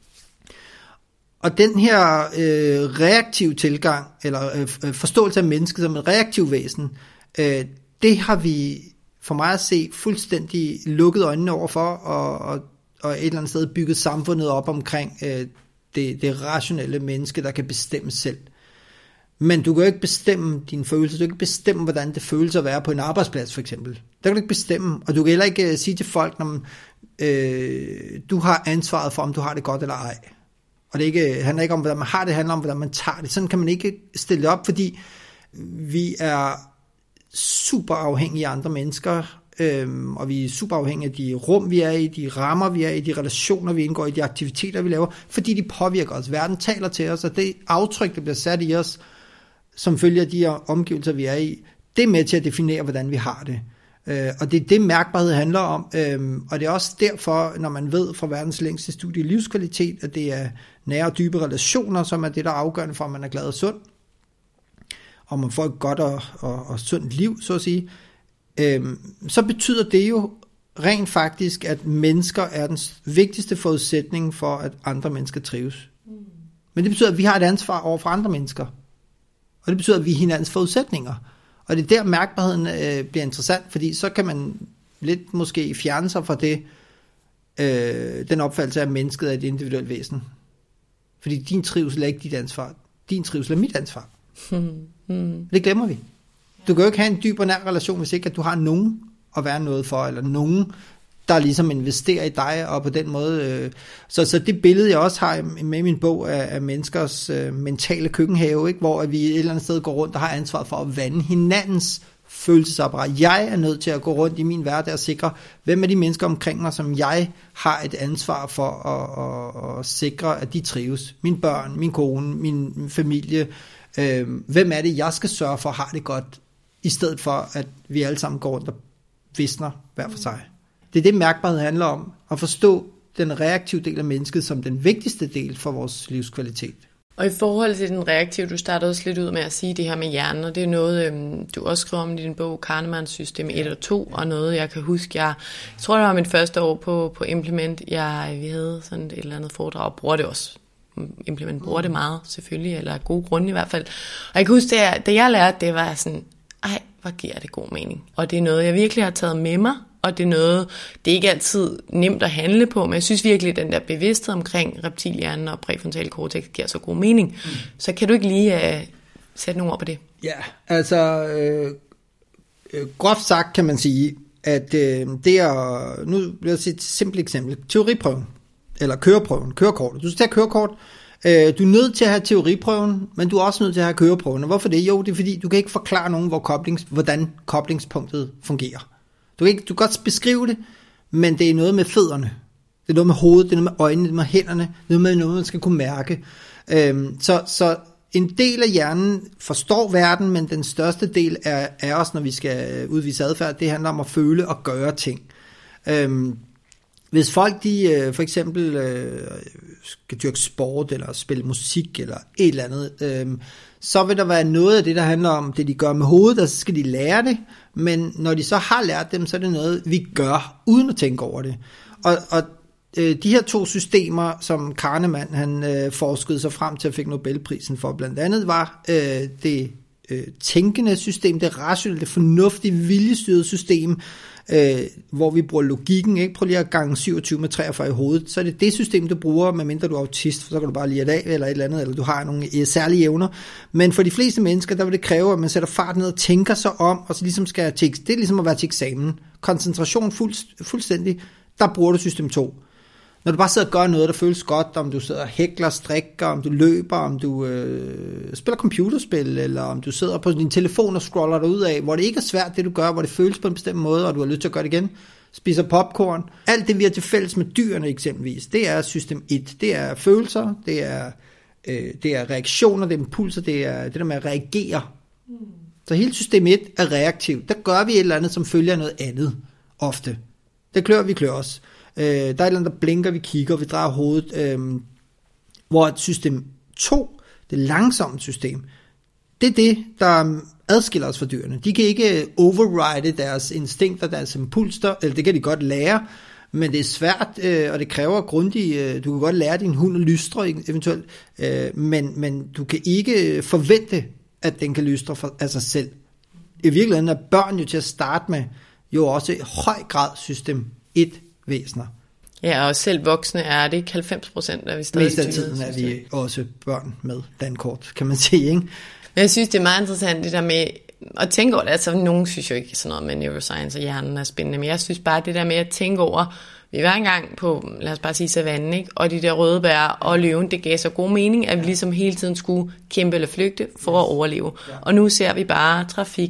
Og den her reaktive tilgang, eller forståelse af mennesket som et reaktiv væsen, det har vi for mig at se fuldstændig lukket øjnene over for, og et eller andet sted bygget samfundet op omkring det rationelle menneske, der kan bestemme selv. Men du kan jo ikke bestemme dine følelser, du kan ikke bestemme, hvordan det føles at være på en arbejdsplads for eksempel. Der kan du ikke bestemme, og du kan heller ikke sige til folk, når du har ansvaret for, om du har det godt eller ej. Og det handler ikke om, hvordan man har det, det handler om, hvordan man tager det. Sådan kan man ikke stille det op, fordi vi er super afhængige af andre mennesker. og vi er super afhængige af de rum, vi er i, de rammer, vi er i, de relationer, vi indgår i, de aktiviteter, vi laver, fordi de påvirker os. Verden taler til os, og det aftryk, der bliver sat i os, som følger af de omgivelser, vi er i, det er med til at definere, hvordan vi har det. Og det er det, mærkbarhed handler om, og det er også derfor, når man ved fra verdens længste studie i livskvalitet, at det er nære og dybe relationer, som er det, der er afgørende for, at man er glad og sund, og man får et godt og sundt liv, så at sige, så betyder det jo rent faktisk, at mennesker er den vigtigste forudsætning for, at andre mennesker trives. Men det betyder, at vi har et ansvar over for andre mennesker, og det betyder, at vi er hinandens forudsætninger. Og det er der mærkbarheden bliver interessant, fordi så kan man lidt måske fjerne sig fra det, den opfattelse af, at mennesket er et individuelt væsen. Fordi din trivsel er ikke dit ansvar. Din trivsel er mit ansvar. Det glemmer vi. Du kan jo ikke have en dyb og nær relation, hvis ikke at du har nogen at være noget for, eller nogen, der ligesom investerer i dig, og på den måde. Så det billede, jeg også har med i min bog af menneskers mentale køkkenhave, ikke? Hvor vi et eller andet sted går rundt og har ansvaret for at vande hinandens følelsesapparat. Jeg er nødt til at gå rundt i min hverdag og sikre, hvem er de mennesker omkring mig, som jeg har et ansvar for at sikre, at de trives. Mine børn, min kone, min familie. Hvem er det, jeg skal sørge for at have det godt, i stedet for, at vi alle sammen går rundt og visner hver for sig. Det er det, mærkbarhed handler om. At forstå den reaktive del af mennesket som den vigtigste del for vores livskvalitet. Og i forhold til den reaktive, du startede også lidt ud med at sige det her med hjernen, og det er noget, du også skriver om i din bog, Kahnemans system 1 og 2, og noget, jeg kan huske, jeg tror, det var mit første år på Implement, vi havde sådan et eller andet foredrag, og bruger det også. Implement bruger det meget, selvfølgelig, eller af gode grunde i hvert fald. Og jeg kan huske, da jeg lærte det, var jeg sådan, hvor giver det god mening. Og det er noget, jeg virkelig har taget med mig, og det er noget, det er ikke altid nemt at handle på, men jeg synes virkelig, at den der bevidsthed omkring reptilhjernen og præfrontale cortex giver så god mening. Så kan du ikke lige sætte nogle ord på det? Ja, altså groft sagt kan man sige, at det er, nu vil jeg sige et simpelt eksempel, teoriprøven, eller kørekortet. Du skal tage kørekort. Du er nødt til at have teoriprøven, men du er også nødt til at have køreprøven. Og hvorfor det? Jo, det er fordi, du kan ikke forklare nogen, hvordan koblingspunktet fungerer. Du kan godt beskrive det, men det er noget med fødderne. Det er noget med hovedet, det er noget med øjnene, det er noget med hænderne, det er noget, man skal kunne mærke. Så en del af hjernen forstår verden, men den største del er også, når vi skal udvise adfærd, det handler om at føle og gøre ting. Hvis folk de for eksempel skal dyrke sport eller spille musik eller et eller andet, så vil der være noget af det, der handler om det, de gør med hovedet, og så skal de lære det, men når de så har lært dem, så er det noget, vi gør uden at tænke over det. Og de her to systemer, som Kahneman han forskede sig frem til at fik Nobelprisen for, blandt andet var det tænkende system, det rationelle, det fornuftige, viljestyrede system, hvor vi bruger logikken, ikke? Prøv lige at gange 27 med 43 i hovedet, så er det system, du bruger, medmindre du er autist, så kan du bare lige af eller et eller andet, eller du har nogle særlige evner. Men for de fleste mennesker, der vil det kræve, at man sætter fart ned og tænker sig om, og så ligesom det er ligesom at være til eksamen. Koncentration fuldstændig, der bruger du system 2. Når du bare sidder og gør noget, der føles godt, om du sidder og hækler, strikker, om du løber, om du spiller computerspil, eller om du sidder på din telefon og scroller dig ud af, hvor det ikke er svært, det du gør, hvor det føles på en bestemt måde, og du har lyst til at gøre det igen, spiser popcorn. Alt det, vi har til fælles med dyrene eksempelvis, det er system 1. Det er følelser, det er reaktioner, det er impulser, det er det der med at reagere. Så hele system 1 er reaktivt. Der gør vi et eller andet, som følger noget andet ofte. Det klør os. Der er et eller andet, der blinker, vi kigger, vi drejer hovedet. Hvor et system 2, det langsomme system, det er det, der adskiller os fra dyrene. De kan ikke override deres instinkter, deres impulser, eller det kan de godt lære, men det er svært, og det kræver grundigt. Du kan godt lære din hund at lystre eventuelt, men du kan ikke forvente, at den kan lystre af sig selv. I virkeligheden er børn jo til at starte med jo også i høj grad system 1 væsener. Ja, og selv voksne er det ikke 90%, er vi stadig. Mest af tiden er vi også børn med dankort, kan man sige, ikke? Men jeg synes, det er meget interessant det der med at tænke over det. Altså, nogen synes jo ikke sådan noget med neuroscience og hjernen er spændende, men jeg synes bare det der med at tænke over, vi var engang på, lad os bare sige savannen, ikke? Og de der røde bær og løven, det gav så god mening, at vi ligesom hele tiden skulle kæmpe eller flygte for at overleve. Og nu ser vi bare trafik og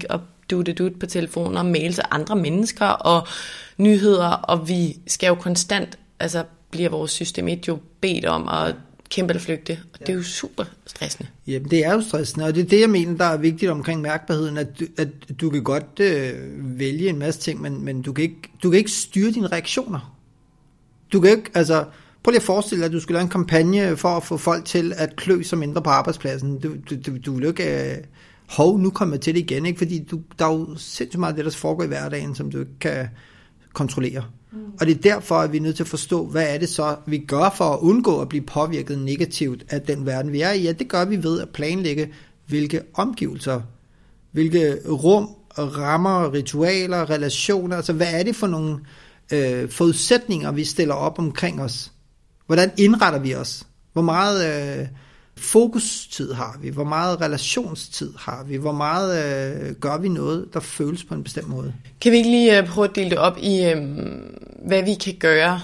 dut på telefoner, mails af andre mennesker og nyheder, og vi skal jo konstant, altså bliver vores system jo bedt om at kæmpe eller flygte, og det er jo super stressende. Jamen, det er jo stressende, og det er det, jeg mener, der er vigtigt omkring mærkbarheden, at du kan godt vælge en masse ting, men du kan ikke styre dine reaktioner. Du kan ikke, altså, prøv lige at forestille dig, at du skulle lave en kampagne for at få folk til at klø sig mindre på arbejdspladsen. Du vil jo ikke, nu kommer jeg til det igen, ikke? Fordi der er jo sindssygt meget af det, der foregår i hverdagen, som du ikke kan kontrollere. Og det er derfor, at vi er nødt til at forstå, hvad er det så, vi gør for at undgå at blive påvirket negativt af den verden, vi er i. Ja, det gør vi ved at planlægge, hvilke omgivelser, hvilke rum, rammer, ritualer, relationer, altså hvad er det for nogle forudsætninger, vi stiller op omkring os? Hvordan indretter vi os? Hvor meget fokustid har vi? Hvor meget relationstid har vi? Hvor meget gør vi noget, der føles på en bestemt måde? Kan vi ikke lige prøve at dele det op i, hvad vi kan gøre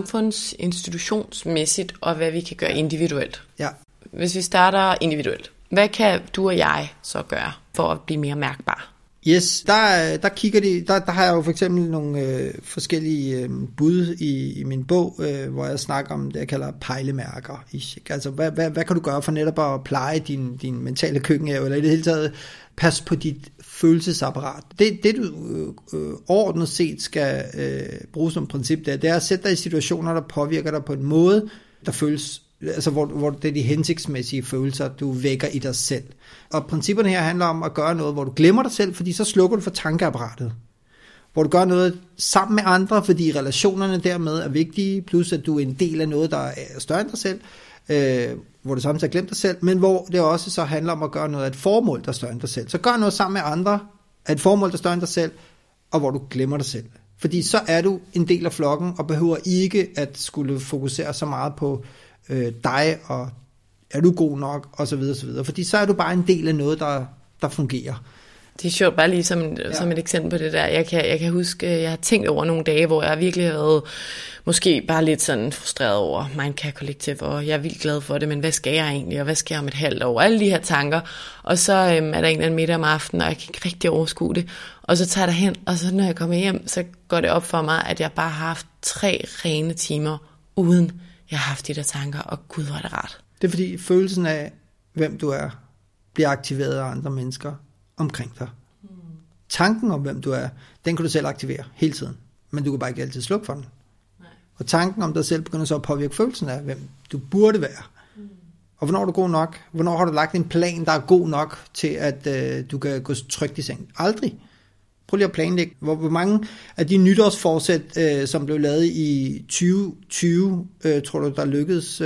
samfundsinstitutionsmæssigt, og hvad vi kan gøre individuelt? Ja. Hvis vi starter individuelt, hvad kan du og jeg så gøre for at blive mere mærkbar? Yes, der har jeg jo for eksempel nogle forskellige bud i min bog, hvor jeg snakker om det, jeg kalder pejlemærker. Altså, hvad kan du gøre for netop at pleje din mentale køkkenhave, eller i det hele taget pas på dit følelsesapparat? Det du overordnet set skal bruge som princip, det er at sætte dig i situationer, der påvirker dig på en måde, der føles, altså hvor det er de hensigtsmæssige følelser, du vækker i dig selv. Og principperne her handler om at gøre noget, hvor du glemmer dig selv, fordi så slukker du for tankeapparatet. Hvor du gør noget sammen med andre, fordi relationerne dermed er vigtige, plus at du er en del af noget, der er større end dig selv, hvor du samtidig har glemt dig selv, men hvor det også så handler om at gøre noget af et formål, der er større end dig selv. Så gør noget sammen med andre af et formål, der er større end dig selv, og hvor du glemmer dig selv. Fordi så er du en del af flokken, og behøver ikke at skulle fokusere så meget på dig, og er du god nok, og så videre, så videre. Fordi så er du bare en del af noget, der fungerer. Det er sjovt, bare lige som et eksempel på det der. Jeg kan huske, jeg har tænkt over nogle dage, hvor jeg virkelig har været måske bare lidt sådan frustreret over Mindcare Collective, og jeg er vildt glad for det, men hvad skal jeg egentlig, og hvad skal jeg om et halvt år? Alle de her tanker, og så er der en eller anden middag om aftenen, og jeg kan ikke rigtig overskue det. Og så tager jeg derhen, og så når jeg kommer hjem, så går det op for mig, at jeg bare har haft 3 rene timer, uden jeg har haft de der tanker, og gud, hvor er det rart. Det er fordi følelsen af, hvem du er, bliver aktiveret af andre mennesker omkring dig. Tanken om, hvem du er, den kan du selv aktivere hele tiden, men du kan bare ikke altid slukke for den. Nej. Og tanken om dig selv begynder så at påvirke følelsen af, hvem du burde være. Og hvornår er du god nok? Hvornår har du lagt en plan, der er god nok til, at du kan gå trygt i seng? Aldrig. Prøv lige at planlægge, hvor mange af de nytårsforsæt, som blev lavet i 2020, tror du, der lykkedes,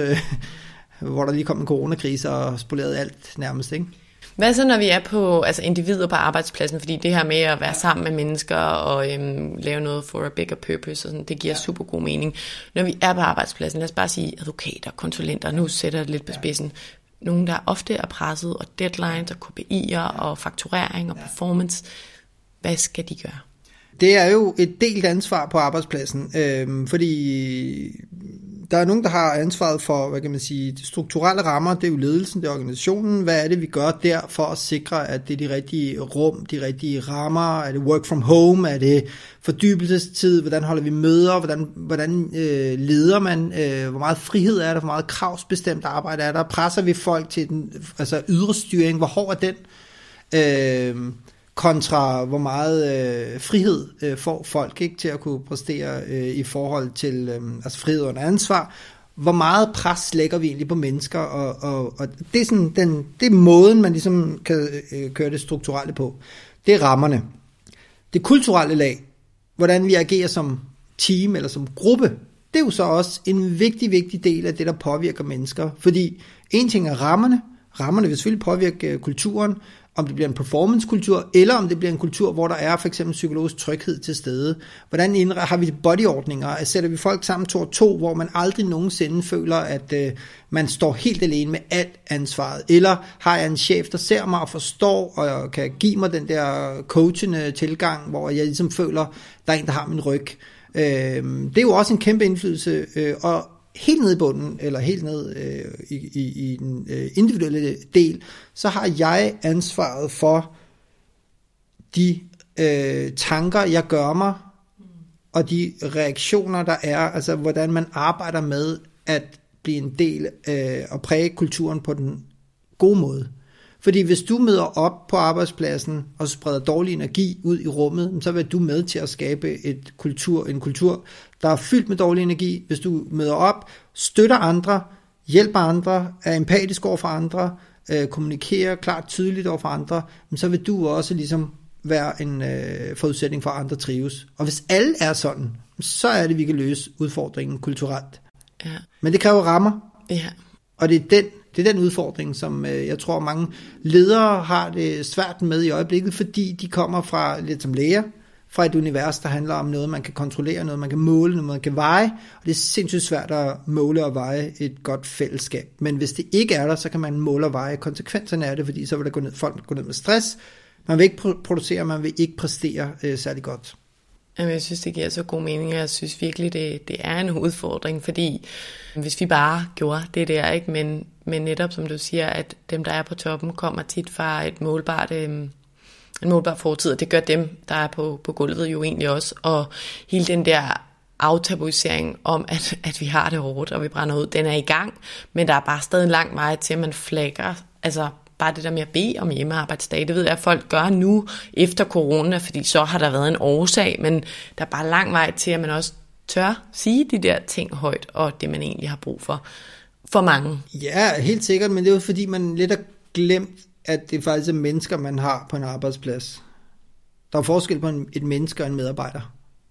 hvor der lige kom en coronakrise og spolerede alt nærmest, ikke? Hvad så, når vi er på individer på arbejdspladsen? Fordi det her med at være sammen med mennesker og lave noget for a bigger purpose, og sådan, det giver super god mening. Når vi er på arbejdspladsen, lad os bare sige advokater, konsulenter, nu sætter det lidt på spidsen. Nogle, der ofte er presset, og deadlines, og KPI'er, og fakturering, og performance. Hvad skal de gøre? Det er jo et delt ansvar på arbejdspladsen, fordi der er nogen, der har ansvaret for, hvad kan man sige, de strukturelle rammer, det er jo ledelsen, det er organisationen. Hvad er det, vi gør der for at sikre, at det er de rigtige rum, de rigtige rammer? Er det work from home? Er det fordybelsestid? Hvordan holder vi møder? Hvordan leder man? Hvor meget frihed er der? Hvor meget kravsbestemt arbejde er der? Presser vi folk til den ydre styring? Hvor hård er den? Kontra hvor meget frihed får folk ikke til at kunne præstere i forhold til frihed og ansvar. Hvor meget pres lægger vi egentlig på mennesker, og det er sådan det er måden, man ligesom kan køre det strukturelle på. Det er rammerne. Det kulturelle lag, hvordan vi agerer som team eller som gruppe, det er jo så også en vigtig del af det, der påvirker mennesker. Fordi en ting er rammerne. Rammerne vil selvfølgelig påvirke kulturen, om det bliver en performancekultur, eller om det bliver en kultur, hvor der er for eksempel psykologisk tryghed til stede. Hvordan har vi bodyordninger? Sætter vi folk sammen 2 og 2, hvor man aldrig nogensinde føler, at man står helt alene med alt ansvaret? Eller har jeg en chef, der ser mig og forstår, og kan give mig den der coachende tilgang, hvor jeg ligesom føler, der er en, der har min ryg? Det er jo også en kæmpe indflydelse, og helt ned i bunden, eller helt ned i den individuelle del, så har jeg ansvaret for de tanker, jeg gør mig, og de reaktioner, der er, altså hvordan man arbejder med at blive en del og præge kulturen på den gode måde. Fordi hvis du møder op på arbejdspladsen og spreder dårlig energi ud i rummet, så vil du med til at skabe en kultur, der er fyldt med dårlig energi. Hvis du møder op, støtter andre, hjælper andre, er empatisk over for andre, kommunikerer klart tydeligt over for andre, så vil du også ligesom være en forudsætning for, at andre trives. Og hvis alle er sådan, så er det, vi kan løse udfordringen kulturelt. Ja. Men det kræver rammer. Ja. Og det er den udfordring, som jeg tror mange ledere har det svært med i øjeblikket, fordi de kommer fra, lidt som læger, fra et univers, der handler om noget, man kan kontrollere, noget, man kan måle, noget, man kan veje. Og det er sindssygt svært at måle og veje et godt fællesskab. Men hvis det ikke er der, så kan man måle og veje konsekvenserne af det, fordi så vil der folk gå ned med stress. Man vil ikke producere, man vil ikke præstere særlig godt. Jamen, jeg synes, det giver så god mening, og jeg synes virkelig, det er en udfordring, fordi hvis vi bare gjorde det der, ikke? Men netop som du siger, at dem, der er på toppen, kommer tit fra en målbar fortid, og det gør dem, der er på gulvet jo egentlig også, og hele den der aftabuisering om, at vi har det hårdt, og vi brænder ud, den er i gang, men der er bare stadig en lang vej til, at man flækker, altså bare det der med at bede om hjemmearbejdsdag, det ved jeg, at folk gør nu efter corona, fordi så har der været en årsag, men der er bare lang vej til, at man også tør sige de der ting højt, og det man egentlig har brug for mange. Ja, helt sikkert, men det er jo fordi, man lidt har glemt, at det faktisk er mennesker, man har på en arbejdsplads. Der er forskel på et menneske og en medarbejder.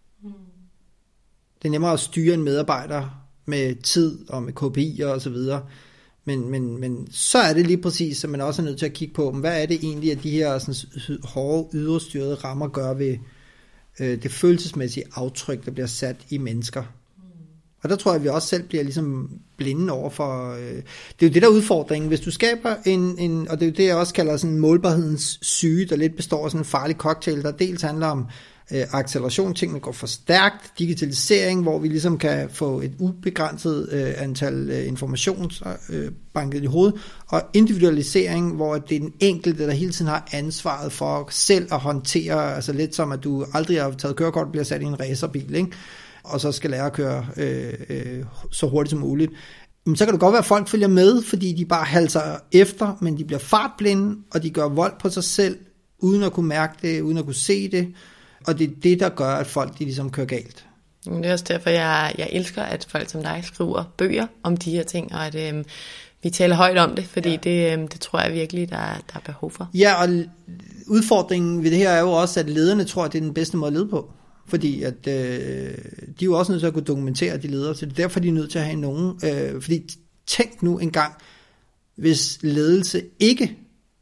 Det er nemmere at styre en medarbejder med tid og med KPI'er og så videre. Men så er det lige præcis, at man også er nødt til at kigge på, hvad er det egentlig, at de her sådan, hårde, yderstyrede rammer gør ved det følelsesmæssige aftryk, der bliver sat i mennesker. Og der tror jeg, at vi også selv bliver ligesom blinde over for... det er jo det, der er udfordringen. Hvis du skaber og det er jo det, jeg også kalder sådan målbarhedens syge, der lidt består af sådan en farlig cocktail, der dels handler om acceleration, tingene går for stærkt, digitalisering, hvor vi ligesom kan få et ubegrænset antal informationsbanket i hovedet, og individualisering, hvor det er den enkelte, der hele tiden har ansvaret for selv at håndtere, altså lidt som at du aldrig har taget kørekort og bliver sat i en racerbil, ikke? Og så skal lære at køre så hurtigt som muligt. Men så kan det godt være, at folk følger med, fordi de bare halser efter, men de bliver fartblinde, og de gør vold på sig selv, uden at kunne mærke det, uden at kunne se det. Og det er det, der gør, at folk de ligesom kører galt. Det er også derfor, jeg elsker, at folk som dig skriver bøger om de her ting, og at vi taler højt om det, fordi det tror jeg virkelig, der er behov for. Ja, og udfordringen ved det her er jo også, at lederne tror, at det er den bedste måde at lede på. Fordi at, de er jo også nødt til at kunne dokumentere de ledere, så det er derfor, de er nødt til at have nogen. Fordi tænk nu engang, hvis ledelse ikke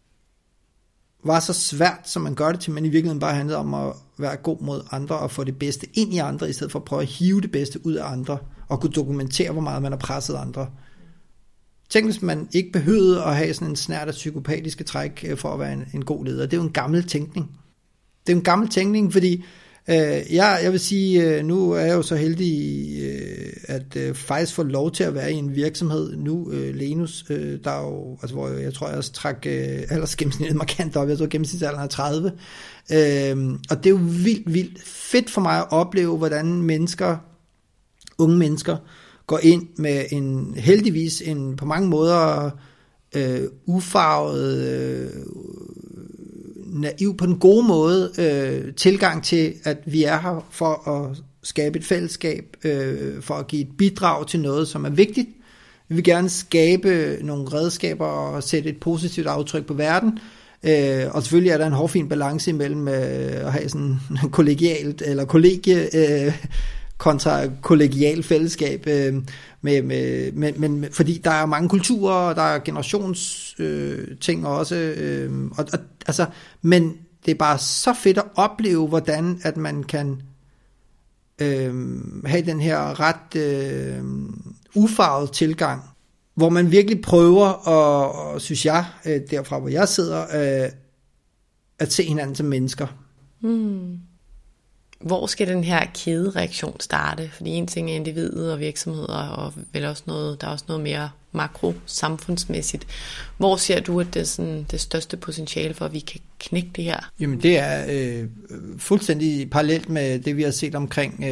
var så svært, som man gør det til, men i virkeligheden bare handlede om at være god mod andre og få det bedste ind i andre, i stedet for at prøve at hive det bedste ud af andre, og kunne dokumentere, hvor meget man har presset andre. Tænk, hvis man ikke behøvede at have sådan en snært af psykopatiske træk for at være en god leder. Det er jo en gammel tænkning. Det er en gammel tænkning, fordi jeg vil sige, nu er jeg jo så heldig at faktisk få lov til at være i en virksomhed nu, Lenus, der er jo, altså hvor jeg tror jeg også trak aldersgennemsnittet markant op, jeg tror gennemsnitsalderen er 30, og det er jo vildt fedt for mig at opleve, hvordan unge mennesker går ind med heldigvis på mange måder ufarvet, naiv på den gode måde tilgang til, at vi er her for at skabe et fællesskab, for at give et bidrag til noget, som er vigtigt. Vi vil gerne skabe nogle redskaber og sætte et positivt aftryk på verden. Og selvfølgelig er der en hårfin balance imellem at have sådan kollegialt eller kollegie kontra kollegial fællesskab, men fordi der er mange kulturer, og der er generationsting også, altså, men det er bare så fedt at opleve, hvordan at man kan have den her ret ufarvede tilgang, hvor man virkelig prøver, og synes jeg, derfra hvor jeg sidder, at se hinanden som mennesker. Hvor skal den her kædereaktion starte? Fordi en ting er individet og virksomheder, og vel også noget, der er også noget mere makro-samfundsmæssigt. Hvor ser du, at det er sådan det største potentiale for, at vi kan knække det her? Jamen det er fuldstændig parallelt med det, vi har set omkring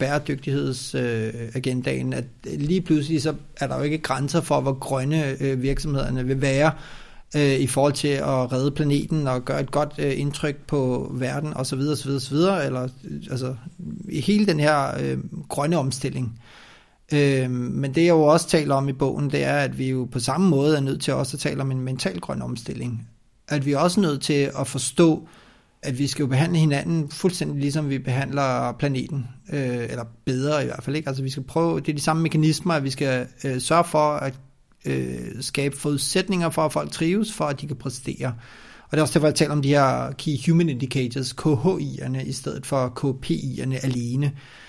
bæredygtighedsagendaen, at lige pludselig så er der jo ikke grænser for, hvor grønne virksomhederne vil være i forhold til at redde planeten og gøre et godt indtryk på verden osv. Eller altså i hele den her grønne omstilling. Men det jeg jo også taler om i bogen, det er, at vi jo på samme måde er nødt til også at tale om en mental grøn omstilling. At vi er også nødt til at forstå, at vi skal jo behandle hinanden fuldstændig ligesom vi behandler planeten, eller bedre i hvert fald, ikke? Altså vi skal prøve, det er de samme mekanismer, at vi skal sørge for at skabe forudsætninger for, at folk trives, for at de kan præstere. Og det er også derfor, jeg taler om de her Key Human Indicators, KHI'erne, i stedet for KPI'erne alene.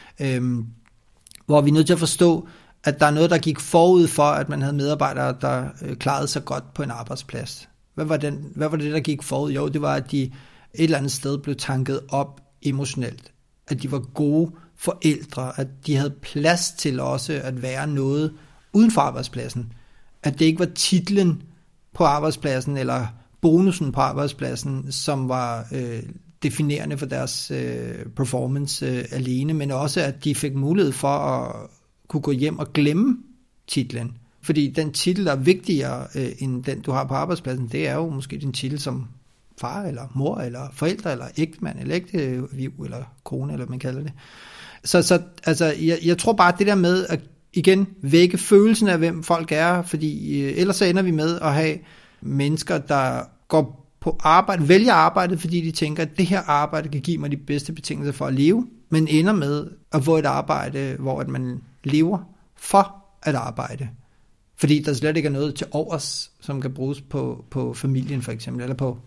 Hvor vi er nødt til at forstå, at der er noget, der gik forud for, at man havde medarbejdere, der klarede sig godt på en arbejdsplads. Hvad var det, der gik forud? Jo, det var, at de et eller andet sted blev tanket op emotionelt. At de var gode forældre, at de havde plads til også at være noget uden for arbejdspladsen. At det ikke var titlen på arbejdspladsen, eller bonusen på arbejdspladsen, som var definerende for deres performance alene, men også at de fik mulighed for at kunne gå hjem og glemme titlen. Fordi den titel, der er vigtigere end den, du har på arbejdspladsen, det er jo måske din titel som far, eller mor, eller forældre, eller ægtemand, eller ægteviv, eller kone, eller hvad man kalder det. Så altså, jeg tror bare, at det der med at igen vække følelsen af, hvem folk er, fordi ellers så ender vi med at have mennesker, der går på arbejde, vælger arbejdet, fordi de tænker, at det her arbejde kan give mig de bedste betingelser for at leve, men ender med at få et arbejde, hvor at man lever for at arbejde. Fordi der slet ikke er noget til overs, som kan bruges på familien for eksempel, eller på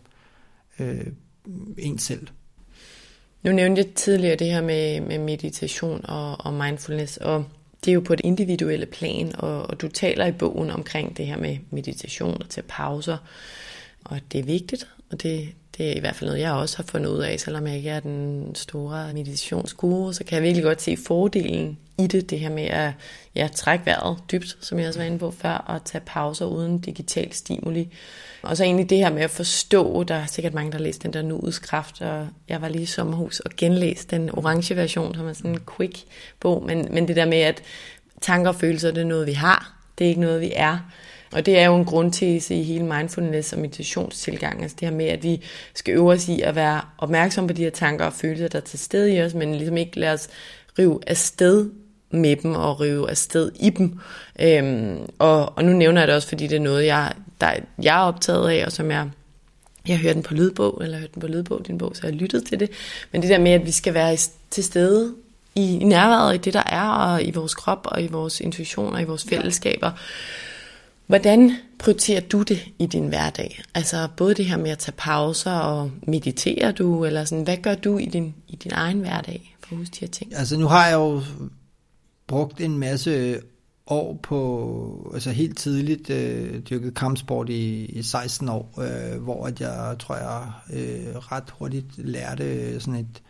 en selv. Nu nævnte jeg tidligere det her med meditation og mindfulness, og det er jo på et individuelle plan, og du taler i bogen omkring det her med meditation og til pauser, og det er vigtigt, og det er i hvert fald noget, jeg også har fundet ud af, selvom jeg ikke er den store meditationsguru, så kan jeg virkelig godt se fordelen i det her med at trække vejret dybt, som jeg også var inde på før, og tage pauser uden digital stimuli. Og så egentlig det her med at forstå, der er sikkert mange, der har læst den der Nuets Kraft, og jeg var lige i sommerhus og genlæste den orange version, som er sådan en quick bog, men det der med, at tanker og følelser, det er noget, vi har, det er ikke noget, vi er. Og det er jo en grundtese i hele mindfulness og meditationstilgang, altså det her med, at vi skal øve os i at være opmærksom på de her tanker og følelser, der er til stede i os, men ligesom ikke lade os rive afsted med dem og rive afsted i dem. Og nu nævner jeg det også, fordi det er noget, jeg er optaget af, og som jeg hørte den på lydbog, din bog, så jeg har lyttet til det. Men det der med, at vi skal være til stede i nærværet, i det der er, og i vores krop, og i vores intuition, og i vores fællesskaber. Hvordan prioriterer du det i din hverdag? Altså både det her med at tage pauser, og mediterer du, eller sådan, hvad gør du i din egen hverdag for at huske de her ting? Altså nu har jeg jo brugt en masse år på, altså helt tidligt dyrket kampsport i 16 år, hvor at jeg tror jeg ret hurtigt lærte sådan et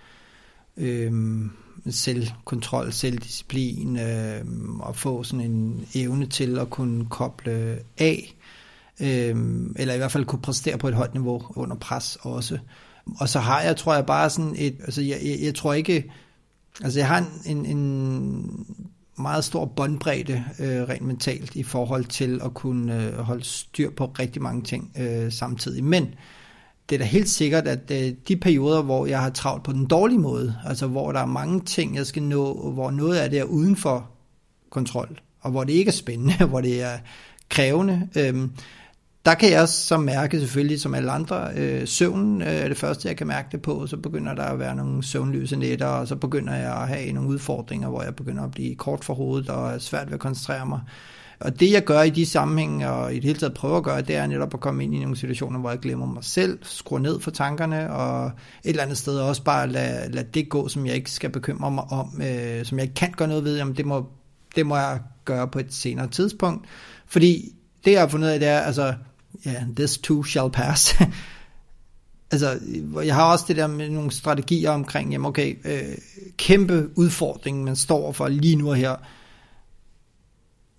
selvkontrol, selvdisciplin, og få sådan en evne til at kunne koble af, eller i hvert fald kunne præstere på et højt niveau under pres også. Og så har jeg, tror jeg, bare sådan et, altså jeg tror ikke, altså jeg har en meget stor båndbredde rent mentalt i forhold til at kunne holde styr på rigtig mange ting samtidig. Men det er da helt sikkert, at de perioder, hvor jeg har travlt på den dårlige måde, altså hvor der er mange ting, jeg skal nå, hvor noget af det er uden for kontrol, og hvor det ikke er spændende, hvor det er krævende, der kan jeg så mærke selvfølgelig, som alle andre, søvnen er det første, jeg kan mærke det på, så begynder der at være nogle søvnløse nætter, og så begynder jeg at have nogle udfordringer, hvor jeg begynder at blive kort for hovedet, og er svært ved at koncentrere mig. Og det jeg gør i de sammenhænge, og i det hele taget prøver at gøre, det er netop at komme ind i nogle situationer, hvor jeg glemmer mig selv, skruer ned for tankerne, og et eller andet sted også bare lade det gå, som jeg ikke skal bekymre mig om, som jeg ikke kan gøre noget ved, jamen det må jeg gøre på et senere tidspunkt. Fordi det jeg har fundet ud af, det er, altså, this too shall pass. Altså, jeg har også det der med nogle strategier omkring, jamen okay, kæmpe udfordring, man står for lige nu og her.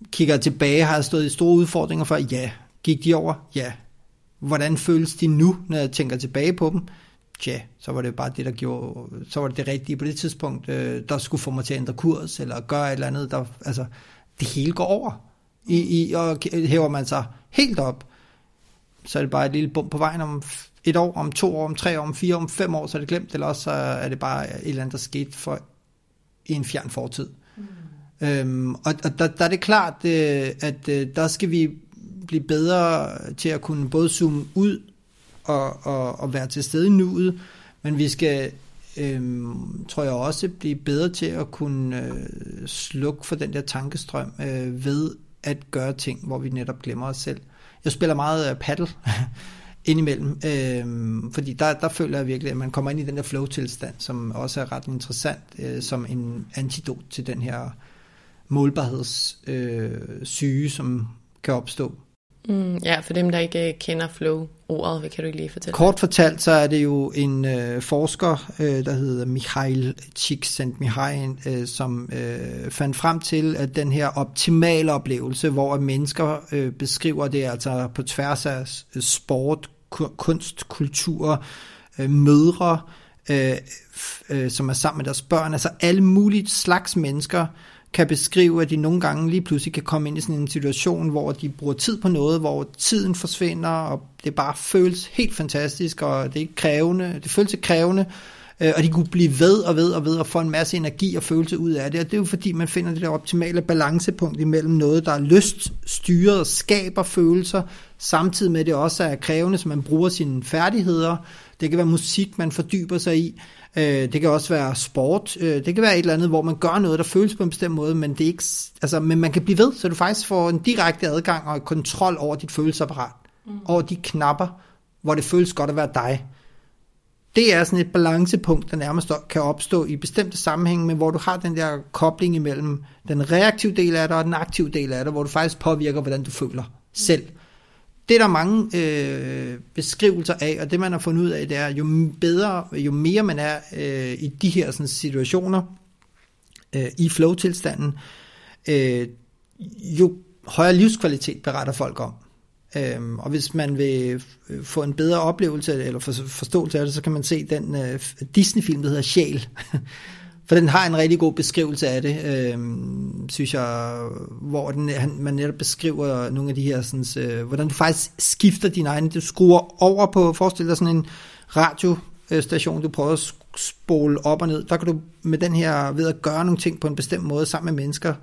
kigger tilbage, har jeg stået i store udfordringer for? Ja. Gik de over? Ja. Hvordan føles de nu, når jeg tænker tilbage på dem? Ja, så var det bare det, der gjorde, så var det rigtige på det tidspunkt, der skulle få mig til at ændre kurs, eller gøre et eller andet, altså, det hele går over. Og hæver man sig helt op, så er det bare et lille bump på vejen om 1 år, om 2 år, om 3 år, om 4 år, om 5 år, så er det glemt, eller også så er det bare et eller andet, der skete for i en fjern fortid. Og der er det klart, at der skal vi blive bedre til at kunne både zoome ud og være til stede i nuet, men vi skal, tror jeg også, blive bedre til at kunne slukke for den der tankestrøm ved at gøre ting, hvor vi netop glemmer os selv. Jeg spiller meget paddle indimellem, fordi der føler jeg virkelig, at man kommer ind i den der flow-tilstand, som også er ret interessant, som en antidot til den her målbarhedssyge, som kan opstå. Ja, for dem, der ikke kender flow-ordet, hvad kan du ikke lige fortælle? Kort fortalt, så er det jo en forsker, der hedder Mikhail Csikszentmihalyi, som fandt frem til, at den her optimale oplevelse, hvor mennesker beskriver det altså på tværs af sport, kunst, kultur, mødre, som er sammen med deres børn, altså alle mulige slags mennesker, kan beskrive, at de nogle gange lige pludselig kan komme ind i sådan en situation, hvor de bruger tid på noget, hvor tiden forsvinder, og det bare føles helt fantastisk, og det er ikke krævende, det føles ikke krævende, og de kunne blive ved og få en masse energi og følelse ud af det, og det er jo fordi, man finder det der optimale balancepunkt imellem noget, der er lyststyret og skaber følelser, samtidig med at det også er krævende, så man bruger sine færdigheder. Det kan være musik, man fordyber sig i. Det kan også være sport. Det kan være et eller andet, hvor man gør noget, der føles på en bestemt måde, men det er ikke, altså, men man kan blive ved, så du faktisk får en direkte adgang og kontrol over dit følelsesapparat, over de knapper, hvor det føles godt at være dig. Det er sådan et balancepunkt, der nærmest kan opstå i bestemte sammenhænge, men hvor du har den der kobling imellem den reaktive del af dig og den aktive del af dig, hvor du faktisk påvirker, hvordan du føler selv. Det er der mange beskrivelser af, og det man har fundet ud af, det er, jo bedre, jo mere man er i de her sådan, situationer, i flow-tilstanden, jo højere livskvalitet beretter folk om. Og hvis man vil få en bedre oplevelse eller forståelse af det, så kan man se den Disney-film, der hedder Sjæl. For den har en rigtig god beskrivelse af det, synes jeg, hvor man netop beskriver nogle af de her, sådan, hvordan du faktisk skifter din egen, du skruer over på, forestil dig sådan en radiostation, du prøver at spole op og ned, der kan du med den her, ved at gøre nogle ting på en bestemt måde sammen med mennesker,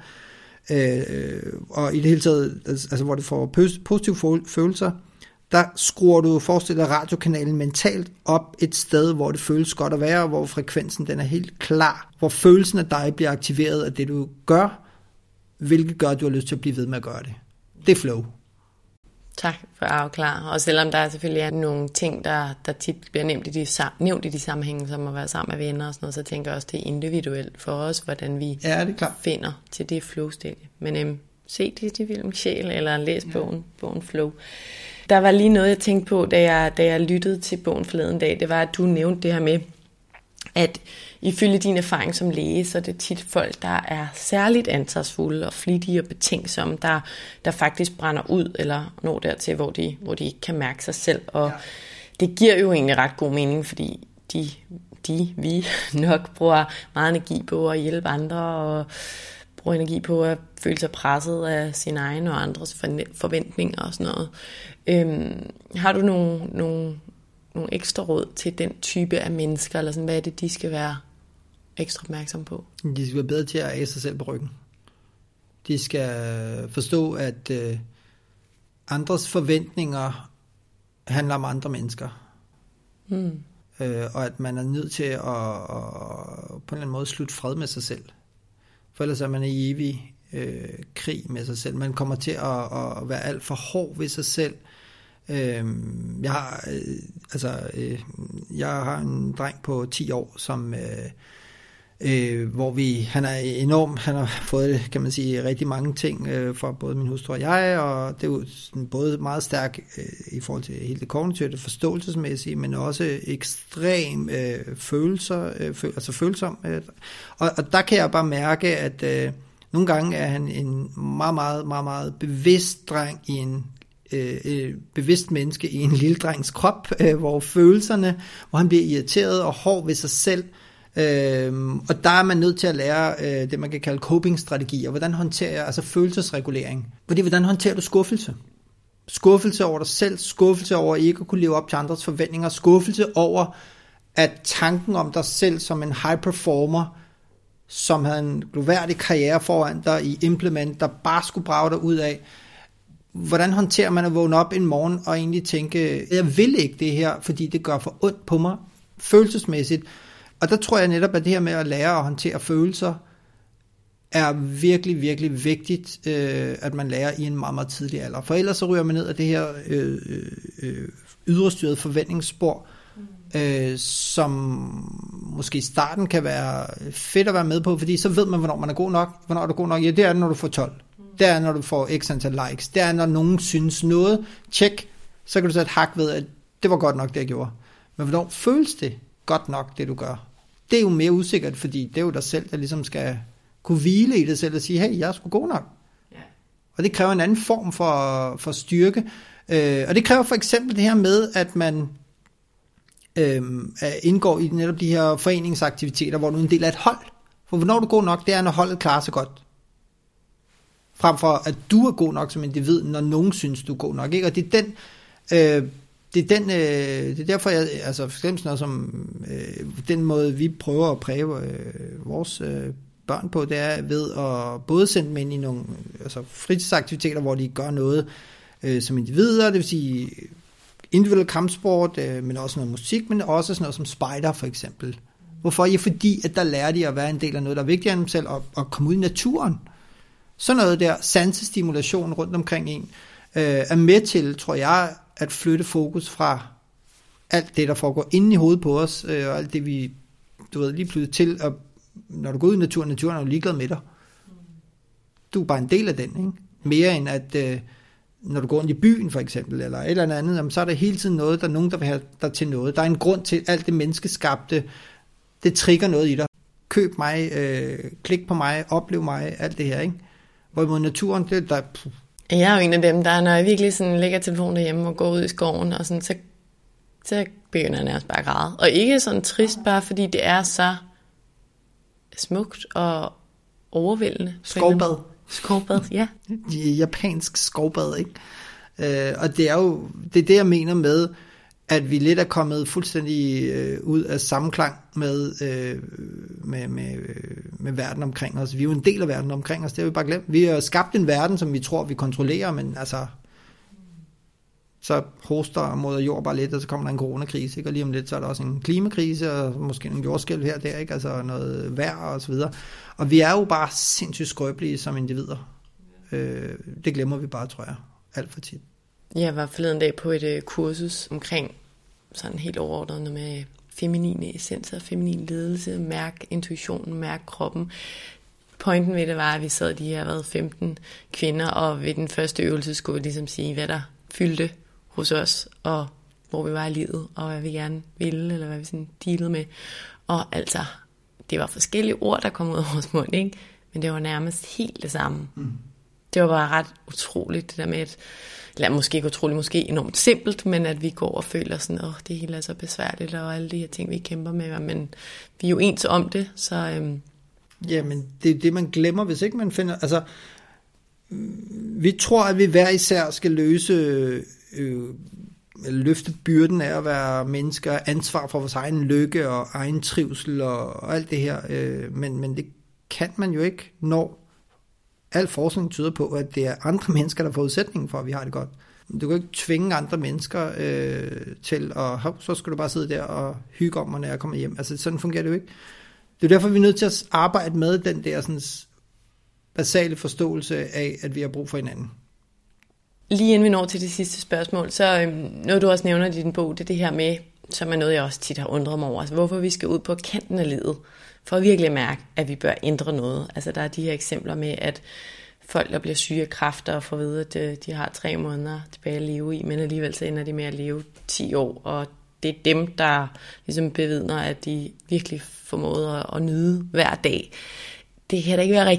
og i det hele taget, altså hvor du får positive følelser, der skruer du, forestiller radiokanalen mentalt op et sted, hvor det føles godt at være, hvor frekvensen den er helt klar, hvor følelsen af dig bliver aktiveret af det, du gør, hvilket gør, at du har lyst til at blive ved med at gøre det. Det er flow. Tak for at afklare. Og selvom der selvfølgelig er nogle ting, der tit bliver nævnt i de sammenhænge, som at være sammen med venner og sådan noget, så tænker jeg også, det er individuelt for os, hvordan vi finder til det flow-stadie. Men se de film Sjæl, eller læs bogen Flow. Der var lige noget, jeg tænkte på, da jeg lyttede til bogen forleden dag, det var, at du nævnte det her med, at ifølge din erfaring som læge, så er det tit folk, der er særligt ansvarsfulde og flittige og betænksomme, der faktisk brænder ud, eller når dertil, hvor de ikke kan mærke sig selv. Og det giver jo egentlig ret god mening, fordi vi nok bruger meget energi på at hjælpe andre, og bruger energi på at føle sig presset af sine egne og andres forventninger og sådan noget. Har du nogle ekstra råd til den type af mennesker, eller sådan, hvad er det, de skal være ekstra opmærksom på? De skal være bedre til at æde sig selv på ryggen. De skal forstå, at andres forventninger handler om andre mennesker. Og at man er nødt til at på en eller anden måde slutte fred med sig selv. For ellers er man i evig krig med sig selv. Man kommer til at være alt for hård ved sig selv. Jeg har en dreng på 10 år, som hvor han er enorm, han har fået, kan man sige, rigtig mange ting fra både min hustru og jeg, og det er jo både meget stærk i forhold til hele det kognitive, det forståelsesmæssige, men også ekstrem følelsom. Og der kan jeg bare mærke, at nogle Nogle gange er han en meget, meget, meget, meget bevidst dreng i en bevidst menneske i en lille drengs krop, hvor følelserne, hvor han bliver irriteret og hård ved sig selv, og der er man nødt til at lære det, man kan kalde coping-strategier. Hvordan håndterer jeg, altså følelsesregulering. Fordi hvordan håndterer du skuffelse? Skuffelse over dig selv, skuffelse over ikke at kunne leve op til andres forventninger, skuffelse over, at tanken om dig selv som en high performer, som havde en gloværdig karriere foran dig i Implement, der bare skulle brage dig ud af. Hvordan håndterer man at vågne op en morgen og egentlig tænke, jeg vil ikke det her, fordi det gør for ondt på mig, følelsesmæssigt. Og der tror jeg netop, at det her med at lære at håndtere følelser, er virkelig, virkelig vigtigt, at man lærer i en meget, meget tidlig alder. For ellers så ryger man ned af det her ydrestyrede forventningsspor, som måske i starten kan være fedt at være med på, fordi så ved man, hvornår man er god nok. Hvornår er du god nok? Ja, det er når du får 12. Det er, når du får x antal likes. Det er, når nogen synes noget. Tjek, så kan du sætte hak ved, at det var godt nok, det jeg gjorde. Men hvornår føles det godt nok, det du gør? Det er jo mere usikkert, fordi det er jo dig selv, der ligesom skal kunne hvile i det selv og sige, hey, jeg er sgu god nok. Yeah. Og det kræver en anden form for styrke. Og det kræver for eksempel det her med, at man indgår i netop de her foreningsaktiviteter, hvor du er en del af et hold. For hvornår er du god nok, det er, når holdet klarer sig godt. Frem for, at du er god nok som individ, når nogen synes, du er god nok. Ikke? Og det er derfor, jeg, altså for eksempel noget som den måde, vi prøver at præge vores børn på, det er ved at både sende dem ind i nogle fritidsaktiviteter, hvor de gør noget som individer, det vil sige individuel kampsport, men også noget musik, men også sådan noget som spejder for eksempel. Hvorfor? Ja, fordi at der lærer de at være en del af noget, der er vigtigere end dem selv, og komme ud i naturen. Sådan noget der, sansestimulation rundt omkring en, er med til, tror jeg, at flytte fokus fra alt det, der foregår inde i hovedet på os, og alt det, vi lige pludselig til, at når du går ud i naturen er jo ligeglad med dig. Du er bare en del af den, ikke? Mere end at, når du går ind i byen for eksempel, eller et eller andet, så er der hele tiden noget, der er nogen, der vil have dig til noget. Der er en grund til, alt det menneskeskabte, det trigger noget i dig. Køb mig, klik på mig, oplev mig, alt det her, ikke? Hvorimod naturen, det der... Jeg er jo en af dem, der når jeg virkelig sådan lægger telefonen derhjemme og går ud i skoven, og sådan, så begynder jeg nærmest bare at græde. Og ikke sådan trist, bare fordi det er så smukt og overvældende. Skovbad. Skovbad, ja. Japansk skovbad, ikke? Og det er jo det, jeg mener med, at vi lidt er kommet fuldstændig ud af sammenklang med verden omkring os. Vi er jo en del af verden omkring os, det har vi bare glemt. Vi har skabt en verden, som vi tror, vi kontrollerer, men altså, så hoster moder jord bare lidt, og så kommer der en coronakrise, ikke? Og lige om lidt, så er der også en klimakrise, og måske en jordskælv her og der, ikke? Altså noget vejr og så videre. Og vi er jo bare sindssygt skrøbelige som individer. Det glemmer vi bare, tror jeg, alt for tit. Jeg var forleden dag på et kursus omkring sådan helt overordnet noget med feminine essenser, feminin ledelse, mærk intuitionen, mærk kroppen. Pointen ved det var, at vi sad de her 15 kvinder, og ved den første øvelse skulle vi ligesom sige, hvad der fyldte hos os, og hvor vi var i livet, og hvad vi gerne ville, eller hvad vi sådan dealede med. Og altså, det var forskellige ord, der kom ud af vores mund, ikke? Men det var nærmest helt det samme. Mm. Det var bare ret utroligt, det der med, eller måske ikke utroligt, måske enormt simpelt, men at vi går og føler sådan, det hele er så besværligt, og alle de her ting, vi kæmper med, men vi er jo ens om det, så... Jamen, det er det, man glemmer, hvis ikke man finder... Altså, vi tror, at vi hver især skal løfte byrden af at være mennesker, ansvar for vores egen lykke og egen trivsel og alt det her, men det kan man jo ikke, når al forskning tyder på, at det er andre mennesker, der er forudsætningen for, at vi har det godt. Du kan ikke tvinge andre mennesker til at, så skal du bare sidde der og hygge om mig, når jeg kommer hjem. Altså sådan fungerer det jo ikke. Det er derfor, vi er nødt til at arbejde med den der sådan, basale forståelse af, at vi har brug for hinanden. Lige inden vi når til det sidste spørgsmål, så noget du også nævner i din bog, det er det her med, som er noget, jeg også tit har undret mig over, altså hvorfor vi skal ud på kanten af livet, for at virkelig mærke, at vi bør ændre noget. Altså der er de her eksempler med, at folk, der bliver syge af kræft og får at vide, at de har 3 måneder tilbage at leve i, men alligevel så ender de med at leve 10 år, og det er dem, der ligesom bevidner, at de virkelig formåede at nyde hver dag. Det kan da ikke være rigtigt.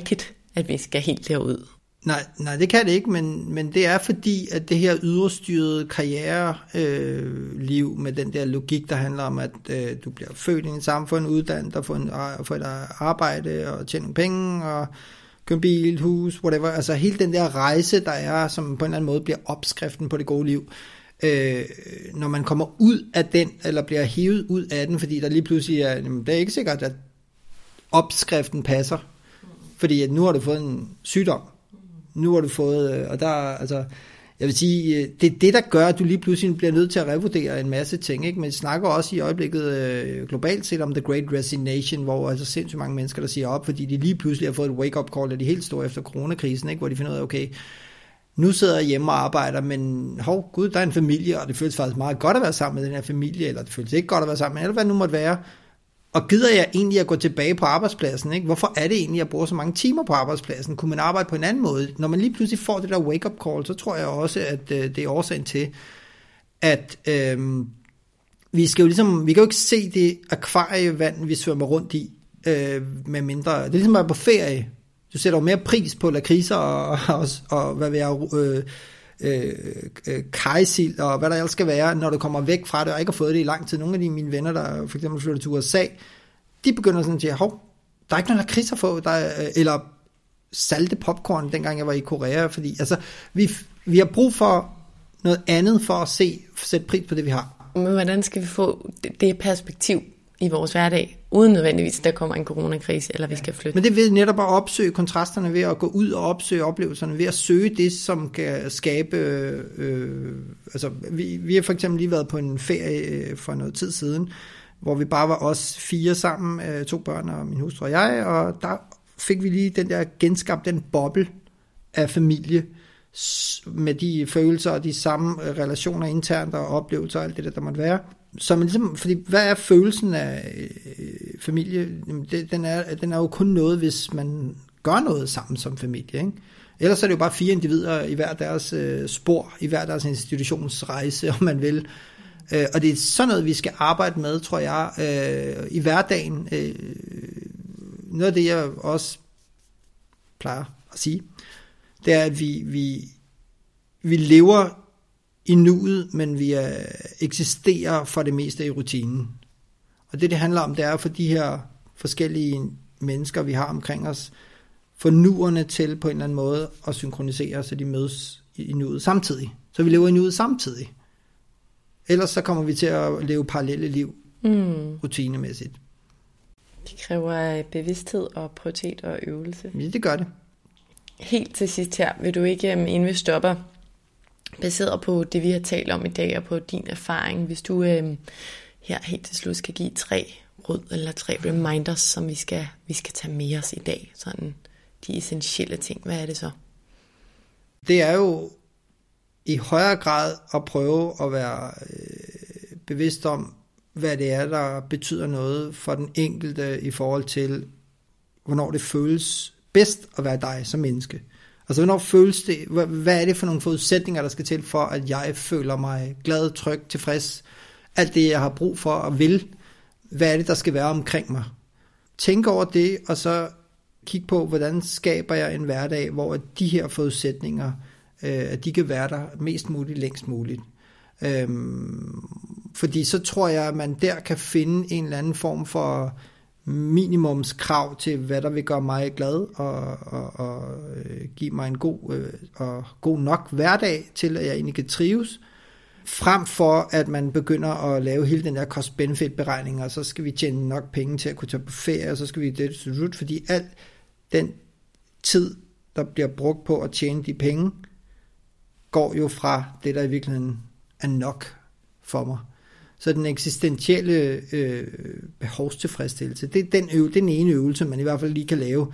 at vi skal helt derud. Nej, det kan det ikke, men det er fordi, at det her ydrestyrede karriereliv med den der logik, der handler om, at du bliver født i et samfund, uddannet og får et arbejde og tjene penge og købe bil, hus, whatever. Altså hele den der rejse, der er, som på en eller anden måde bliver opskriften på det gode liv. Når man kommer ud af den, eller bliver hævet ud af den, fordi der lige pludselig det er ikke sikkert, at opskriften passer. Fordi at nu har du fået en sygdom. Nu har du fået, og der altså, jeg vil sige, det er det, der gør, at du lige pludselig bliver nødt til at revurdere en masse ting, ikke? Men vi snakker også i øjeblikket globalt set om The Great Resignation, hvor altså sindssygt mange mennesker, der siger op, fordi de lige pludselig har fået et wake-up call, da de helt store efter coronakrisen, ikke? Hvor de finder ud af, okay, nu sidder jeg hjemme og arbejder, men gud, der er en familie, og det føles faktisk meget godt at være sammen med den her familie, eller det føles ikke godt at være sammen med, eller hvad det nu måtte være. Og gider jeg egentlig at gå tilbage på arbejdspladsen? Ikke? Hvorfor er det egentlig, at jeg bruger så mange timer på arbejdspladsen? Kunne man arbejde på en anden måde? Når man lige pludselig får det der wake-up call, så tror jeg også, at det er årsagen til, at vi kan jo ikke se det akvarievand, vi svømmer rundt i, med mindre. Det er ligesom at være på ferie. Du sætter jo mere pris på lakridser og hvad ved jeg, kajsild og hvad der ellers skal være, når du kommer væk fra det og ikke har fået det i lang tid. Nogle af mine venner, der for eksempel flytter til USA, de begynder sådan at sige, der er ikke noget lakrids at få, eller salte popcorn, dengang jeg var i Korea, fordi altså, vi har brug for noget andet for at sætte pris på det, vi har. Men hvordan skal vi få det perspektiv i vores hverdag, uden nødvendigvis, der kommer en coronakrise, eller vi skal flytte? Men det ved netop at opsøge kontrasterne, ved at gå ud og opsøge oplevelserne, ved at søge det, som kan skabe... altså, vi har for eksempel lige været på en ferie for noget tid siden, hvor vi bare var os 4 sammen, 2 børn og min hustru og jeg, og der fik vi lige den der genskabt, den boble af familie, med de følelser og de samme relationer internt og oplevelser og alt det, der måtte være. Så man ligesom, fordi hvad er følelsen af familie? Den er jo kun noget, hvis man gør noget sammen som familie, ikke? Ellers er det jo bare 4 individer i hver deres spor, i hver deres institutionsrejse, om man vil. Og det er sådan noget, vi skal arbejde med, tror jeg, i hverdagen. Noget af det, jeg også plejer at sige, det er, at vi lever i nuet, men vi eksisterer for det meste i rutinen. Og det handler om, det er for de her forskellige mennesker, vi har omkring os, for nuerne til på en eller anden måde at synkronisere, så de mødes i nuet samtidig. Så vi lever i nuet samtidig. Ellers så kommer vi til at leve parallelle liv, rutinemæssigt. Det kræver bevidsthed og prioritet og øvelse. Ja, det gør det. Helt til sidst her, vil du ikke, inden vi stopper, baseret på det, vi har talt om i dag, og på din erfaring, hvis du her helt til slut skal give 3 råd eller 3 reminders, som vi skal tage med os i dag, sådan de essentielle ting, hvad er det så? Det er jo i højere grad at prøve at være bevidst om, hvad det er, der betyder noget for den enkelte i forhold til, hvornår det føles bedst at være dig som menneske. Altså, hvornår føles det, hvad er det for nogle forudsætninger, der skal til for, at jeg føler mig glad, tryg, tilfreds, alt det, jeg har brug for og vil, hvad er det, der skal være omkring mig? Tænk over det, og så kig på, hvordan skaber jeg en hverdag, hvor de her forudsætninger, at de kan være der mest muligt, længst muligt. Fordi så tror jeg, at man der kan finde en eller anden form for minimumskrav til, hvad der vil gøre mig glad og give mig en god nok hverdag til, at jeg egentlig kan trives, frem for at man begynder at lave hele den der cost-benefit-beregning, og så skal vi tjene nok penge til at kunne tage på ferie, og så skal vi det, fordi alt den tid, der bliver brugt på at tjene de penge, går jo fra det, der i virkeligheden er nok for mig. Så den eksistentielle behovstilfredsstillelse, det er den ene øvelse, man i hvert fald lige kan lave.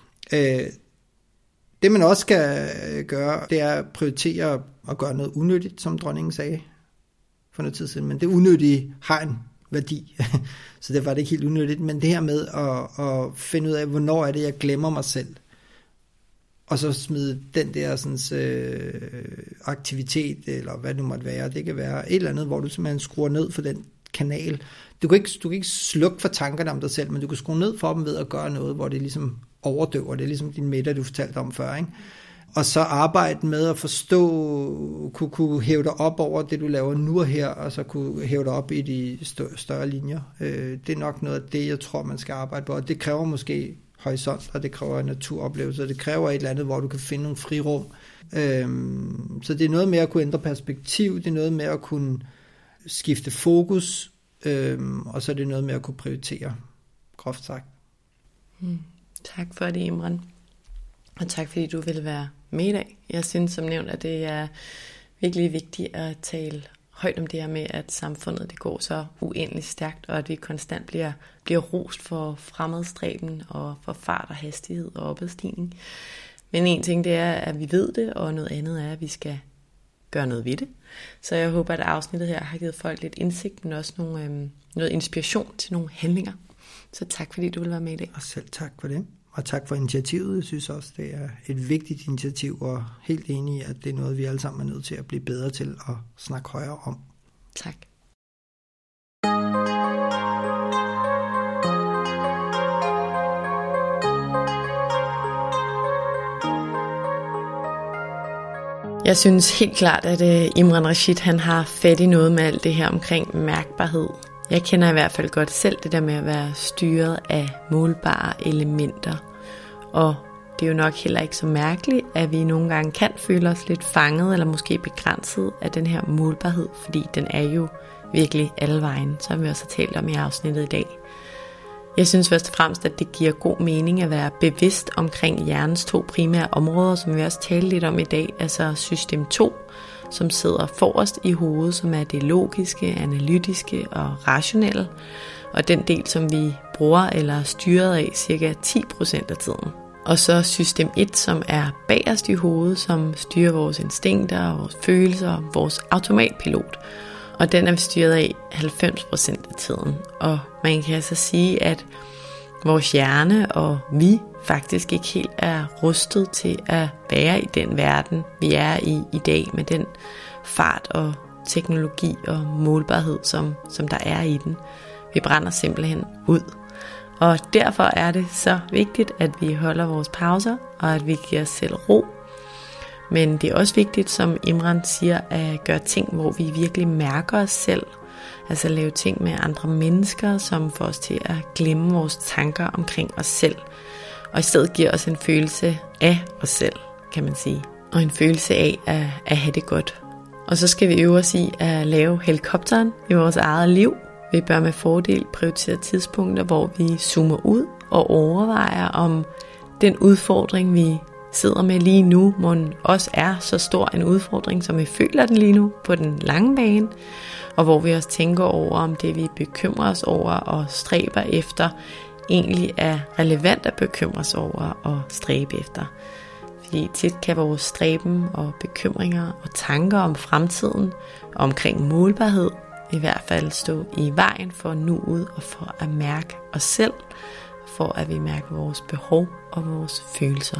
Det man også skal gøre, det er at prioritere at gøre noget unyttigt, som dronningen sagde for noget tid siden. Men det unyttige har en værdi, så det var det ikke helt unyttigt. Men det her med at finde ud af, hvornår er det, jeg glemmer mig selv, og så smide den der sådan, aktivitet, eller hvad det nu måtte være. Det kan være et eller andet, hvor du simpelthen skruer ned for den kanal. Du kan ikke slukke for tankerne om dig selv, men du kan skrue ned for dem ved at gøre noget, hvor det ligesom overdøver det, ligesom din middag, du fortalte om før, ikke? Og så arbejde med at forstå, kunne hæve dig op over det, du laver nu og her, og så kunne hæve dig op i de større linjer. Det er nok noget af det, jeg tror, man skal arbejde på, og det kræver måske horisont, og det kræver naturoplevelser, og det kræver et eller andet, hvor du kan finde nogle frirum. Så det er noget med at kunne ændre perspektiv, det er noget med at kunne skifte fokus, og så er det noget med at kunne prioritere, groft sagt. Tak for det, Imran. Og tak fordi du ville være med i dag. Jeg synes som nævnt, at det er virkelig vigtigt at tale højt om det her med, at samfundet det går så uendeligt stærkt, og at vi konstant bliver rost for fremadstræben og for fart og hastighed og opadstigning. Men en ting det er, at vi ved det, og noget andet er, at vi skal gøre noget ved det. Så jeg håber, at afsnittet her har givet folk lidt indsigt, men også noget inspiration til nogle handlinger. Så tak fordi du ville være med i dag. Og selv tak for det. Og tak for initiativet. Jeg synes også, det er et vigtigt initiativ, og helt enig i, at det er noget, vi alle sammen er nødt til at blive bedre til at snakke højere om. Tak. Jeg synes helt klart, at Imran Rashid han har fat i noget med alt det her omkring mærkbarhed. Jeg kender i hvert fald godt selv det der med at være styret af målbare elementer. Og det er jo nok heller ikke så mærkeligt, at vi nogle gange kan føle os lidt fanget eller måske begrænset af den her målbarhed, fordi den er jo virkelig alle vejen, som vi også har talt om i afsnittet i dag. Jeg synes først og fremmest, at det giver god mening at være bevidst omkring hjernens 2 primære områder, som vi også talte lidt om i dag, altså system 2, som sidder forrest i hovedet, som er det logiske, analytiske og rationelle, og den del, som vi bruger eller er styret af cirka 10% af tiden. Og så system 1, som er bagerst i hovedet, som styrer vores instinkter, vores følelser, vores automatpilot. Og den er vi styret af 90% af tiden. Og man kan altså sige, at vores hjerne og vi faktisk ikke helt er rustet til at være i den verden, vi er i dag, med den fart og teknologi og målbarhed, som der er i den. Vi brænder simpelthen ud. Og derfor er det så vigtigt, at vi holder vores pauser, og at vi giver os selv ro. Men det er også vigtigt, som Imran siger, at gøre ting, hvor vi virkelig mærker os selv. Altså lave ting med andre mennesker, som får os til at glemme vores tanker omkring os selv. Og i stedet giver os en følelse af os selv, kan man sige. Og en følelse af at have det godt. Og så skal vi øve os i at lave helikopteren i vores eget liv. Vi bør med fordel prioritere tidspunkter, hvor vi zoomer ud og overvejer, om den udfordring, vi sidder med lige nu, må også er så stor en udfordring, som vi føler den lige nu på den lange bane, og hvor vi også tænker over, om det vi bekymrer os over og stræber efter, egentlig er relevant at bekymre os over og stræbe efter. Fordi tit kan vores stræben og bekymringer og tanker om fremtiden og omkring målbarhed i hvert fald stå i vejen for nuet og for at mærke os selv, for at vi mærker vores behov og vores følelser.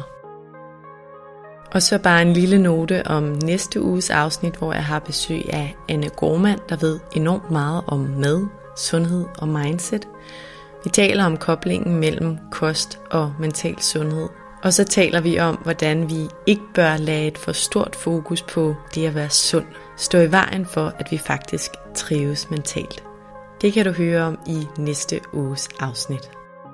Og så bare en lille note om næste uges afsnit, hvor jeg har besøg af Anne Gormand, der ved enormt meget om mad, sundhed og mindset. Vi taler om koblingen mellem kost og mental sundhed. Og så taler vi om, hvordan vi ikke bør lade et for stort fokus på det at være sund stå i vejen for, at vi faktisk trives mentalt. Det kan du høre om i næste uges afsnit.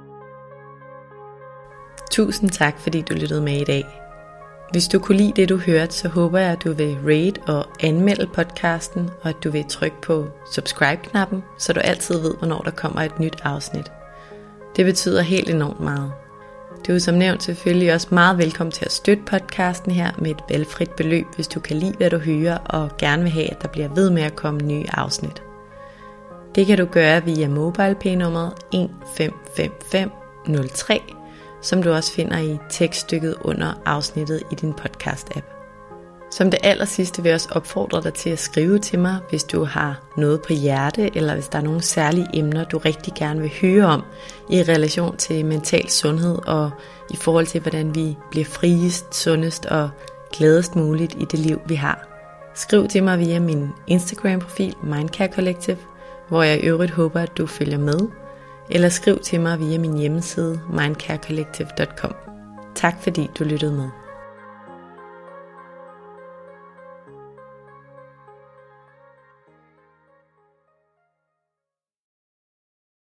Tusind tak, fordi du lyttede med i dag. Hvis du kunne lide det, du hørte, så håber jeg, at du vil rate og anmelde podcasten, og at du vil trykke på subscribe-knappen, så du altid ved, hvornår der kommer et nyt afsnit. Det betyder helt enormt meget. Du er som nævnt selvfølgelig også meget velkommen til at støtte podcasten her med et valgfrit beløb, hvis du kan lide, hvad du hører, og gerne vil have, at der bliver ved med at komme nye afsnit. Det kan du gøre via MobilePay-nummeret 155503, som du også finder i tekststykket under afsnittet i din podcast-app. Som det allersidste vil jeg også opfordre dig til at skrive til mig, hvis du har noget på hjerte, eller hvis der er nogle særlige emner, du rigtig gerne vil høre om i relation til mental sundhed og i forhold til, hvordan vi bliver friest, sundest og gladest muligt i det liv, vi har. Skriv til mig via min Instagram-profil Mindcare Collective, hvor jeg i øvrigt håber, at du følger med, eller skriv til mig via min hjemmeside mindcarecollective.com. Tak fordi du lyttede med.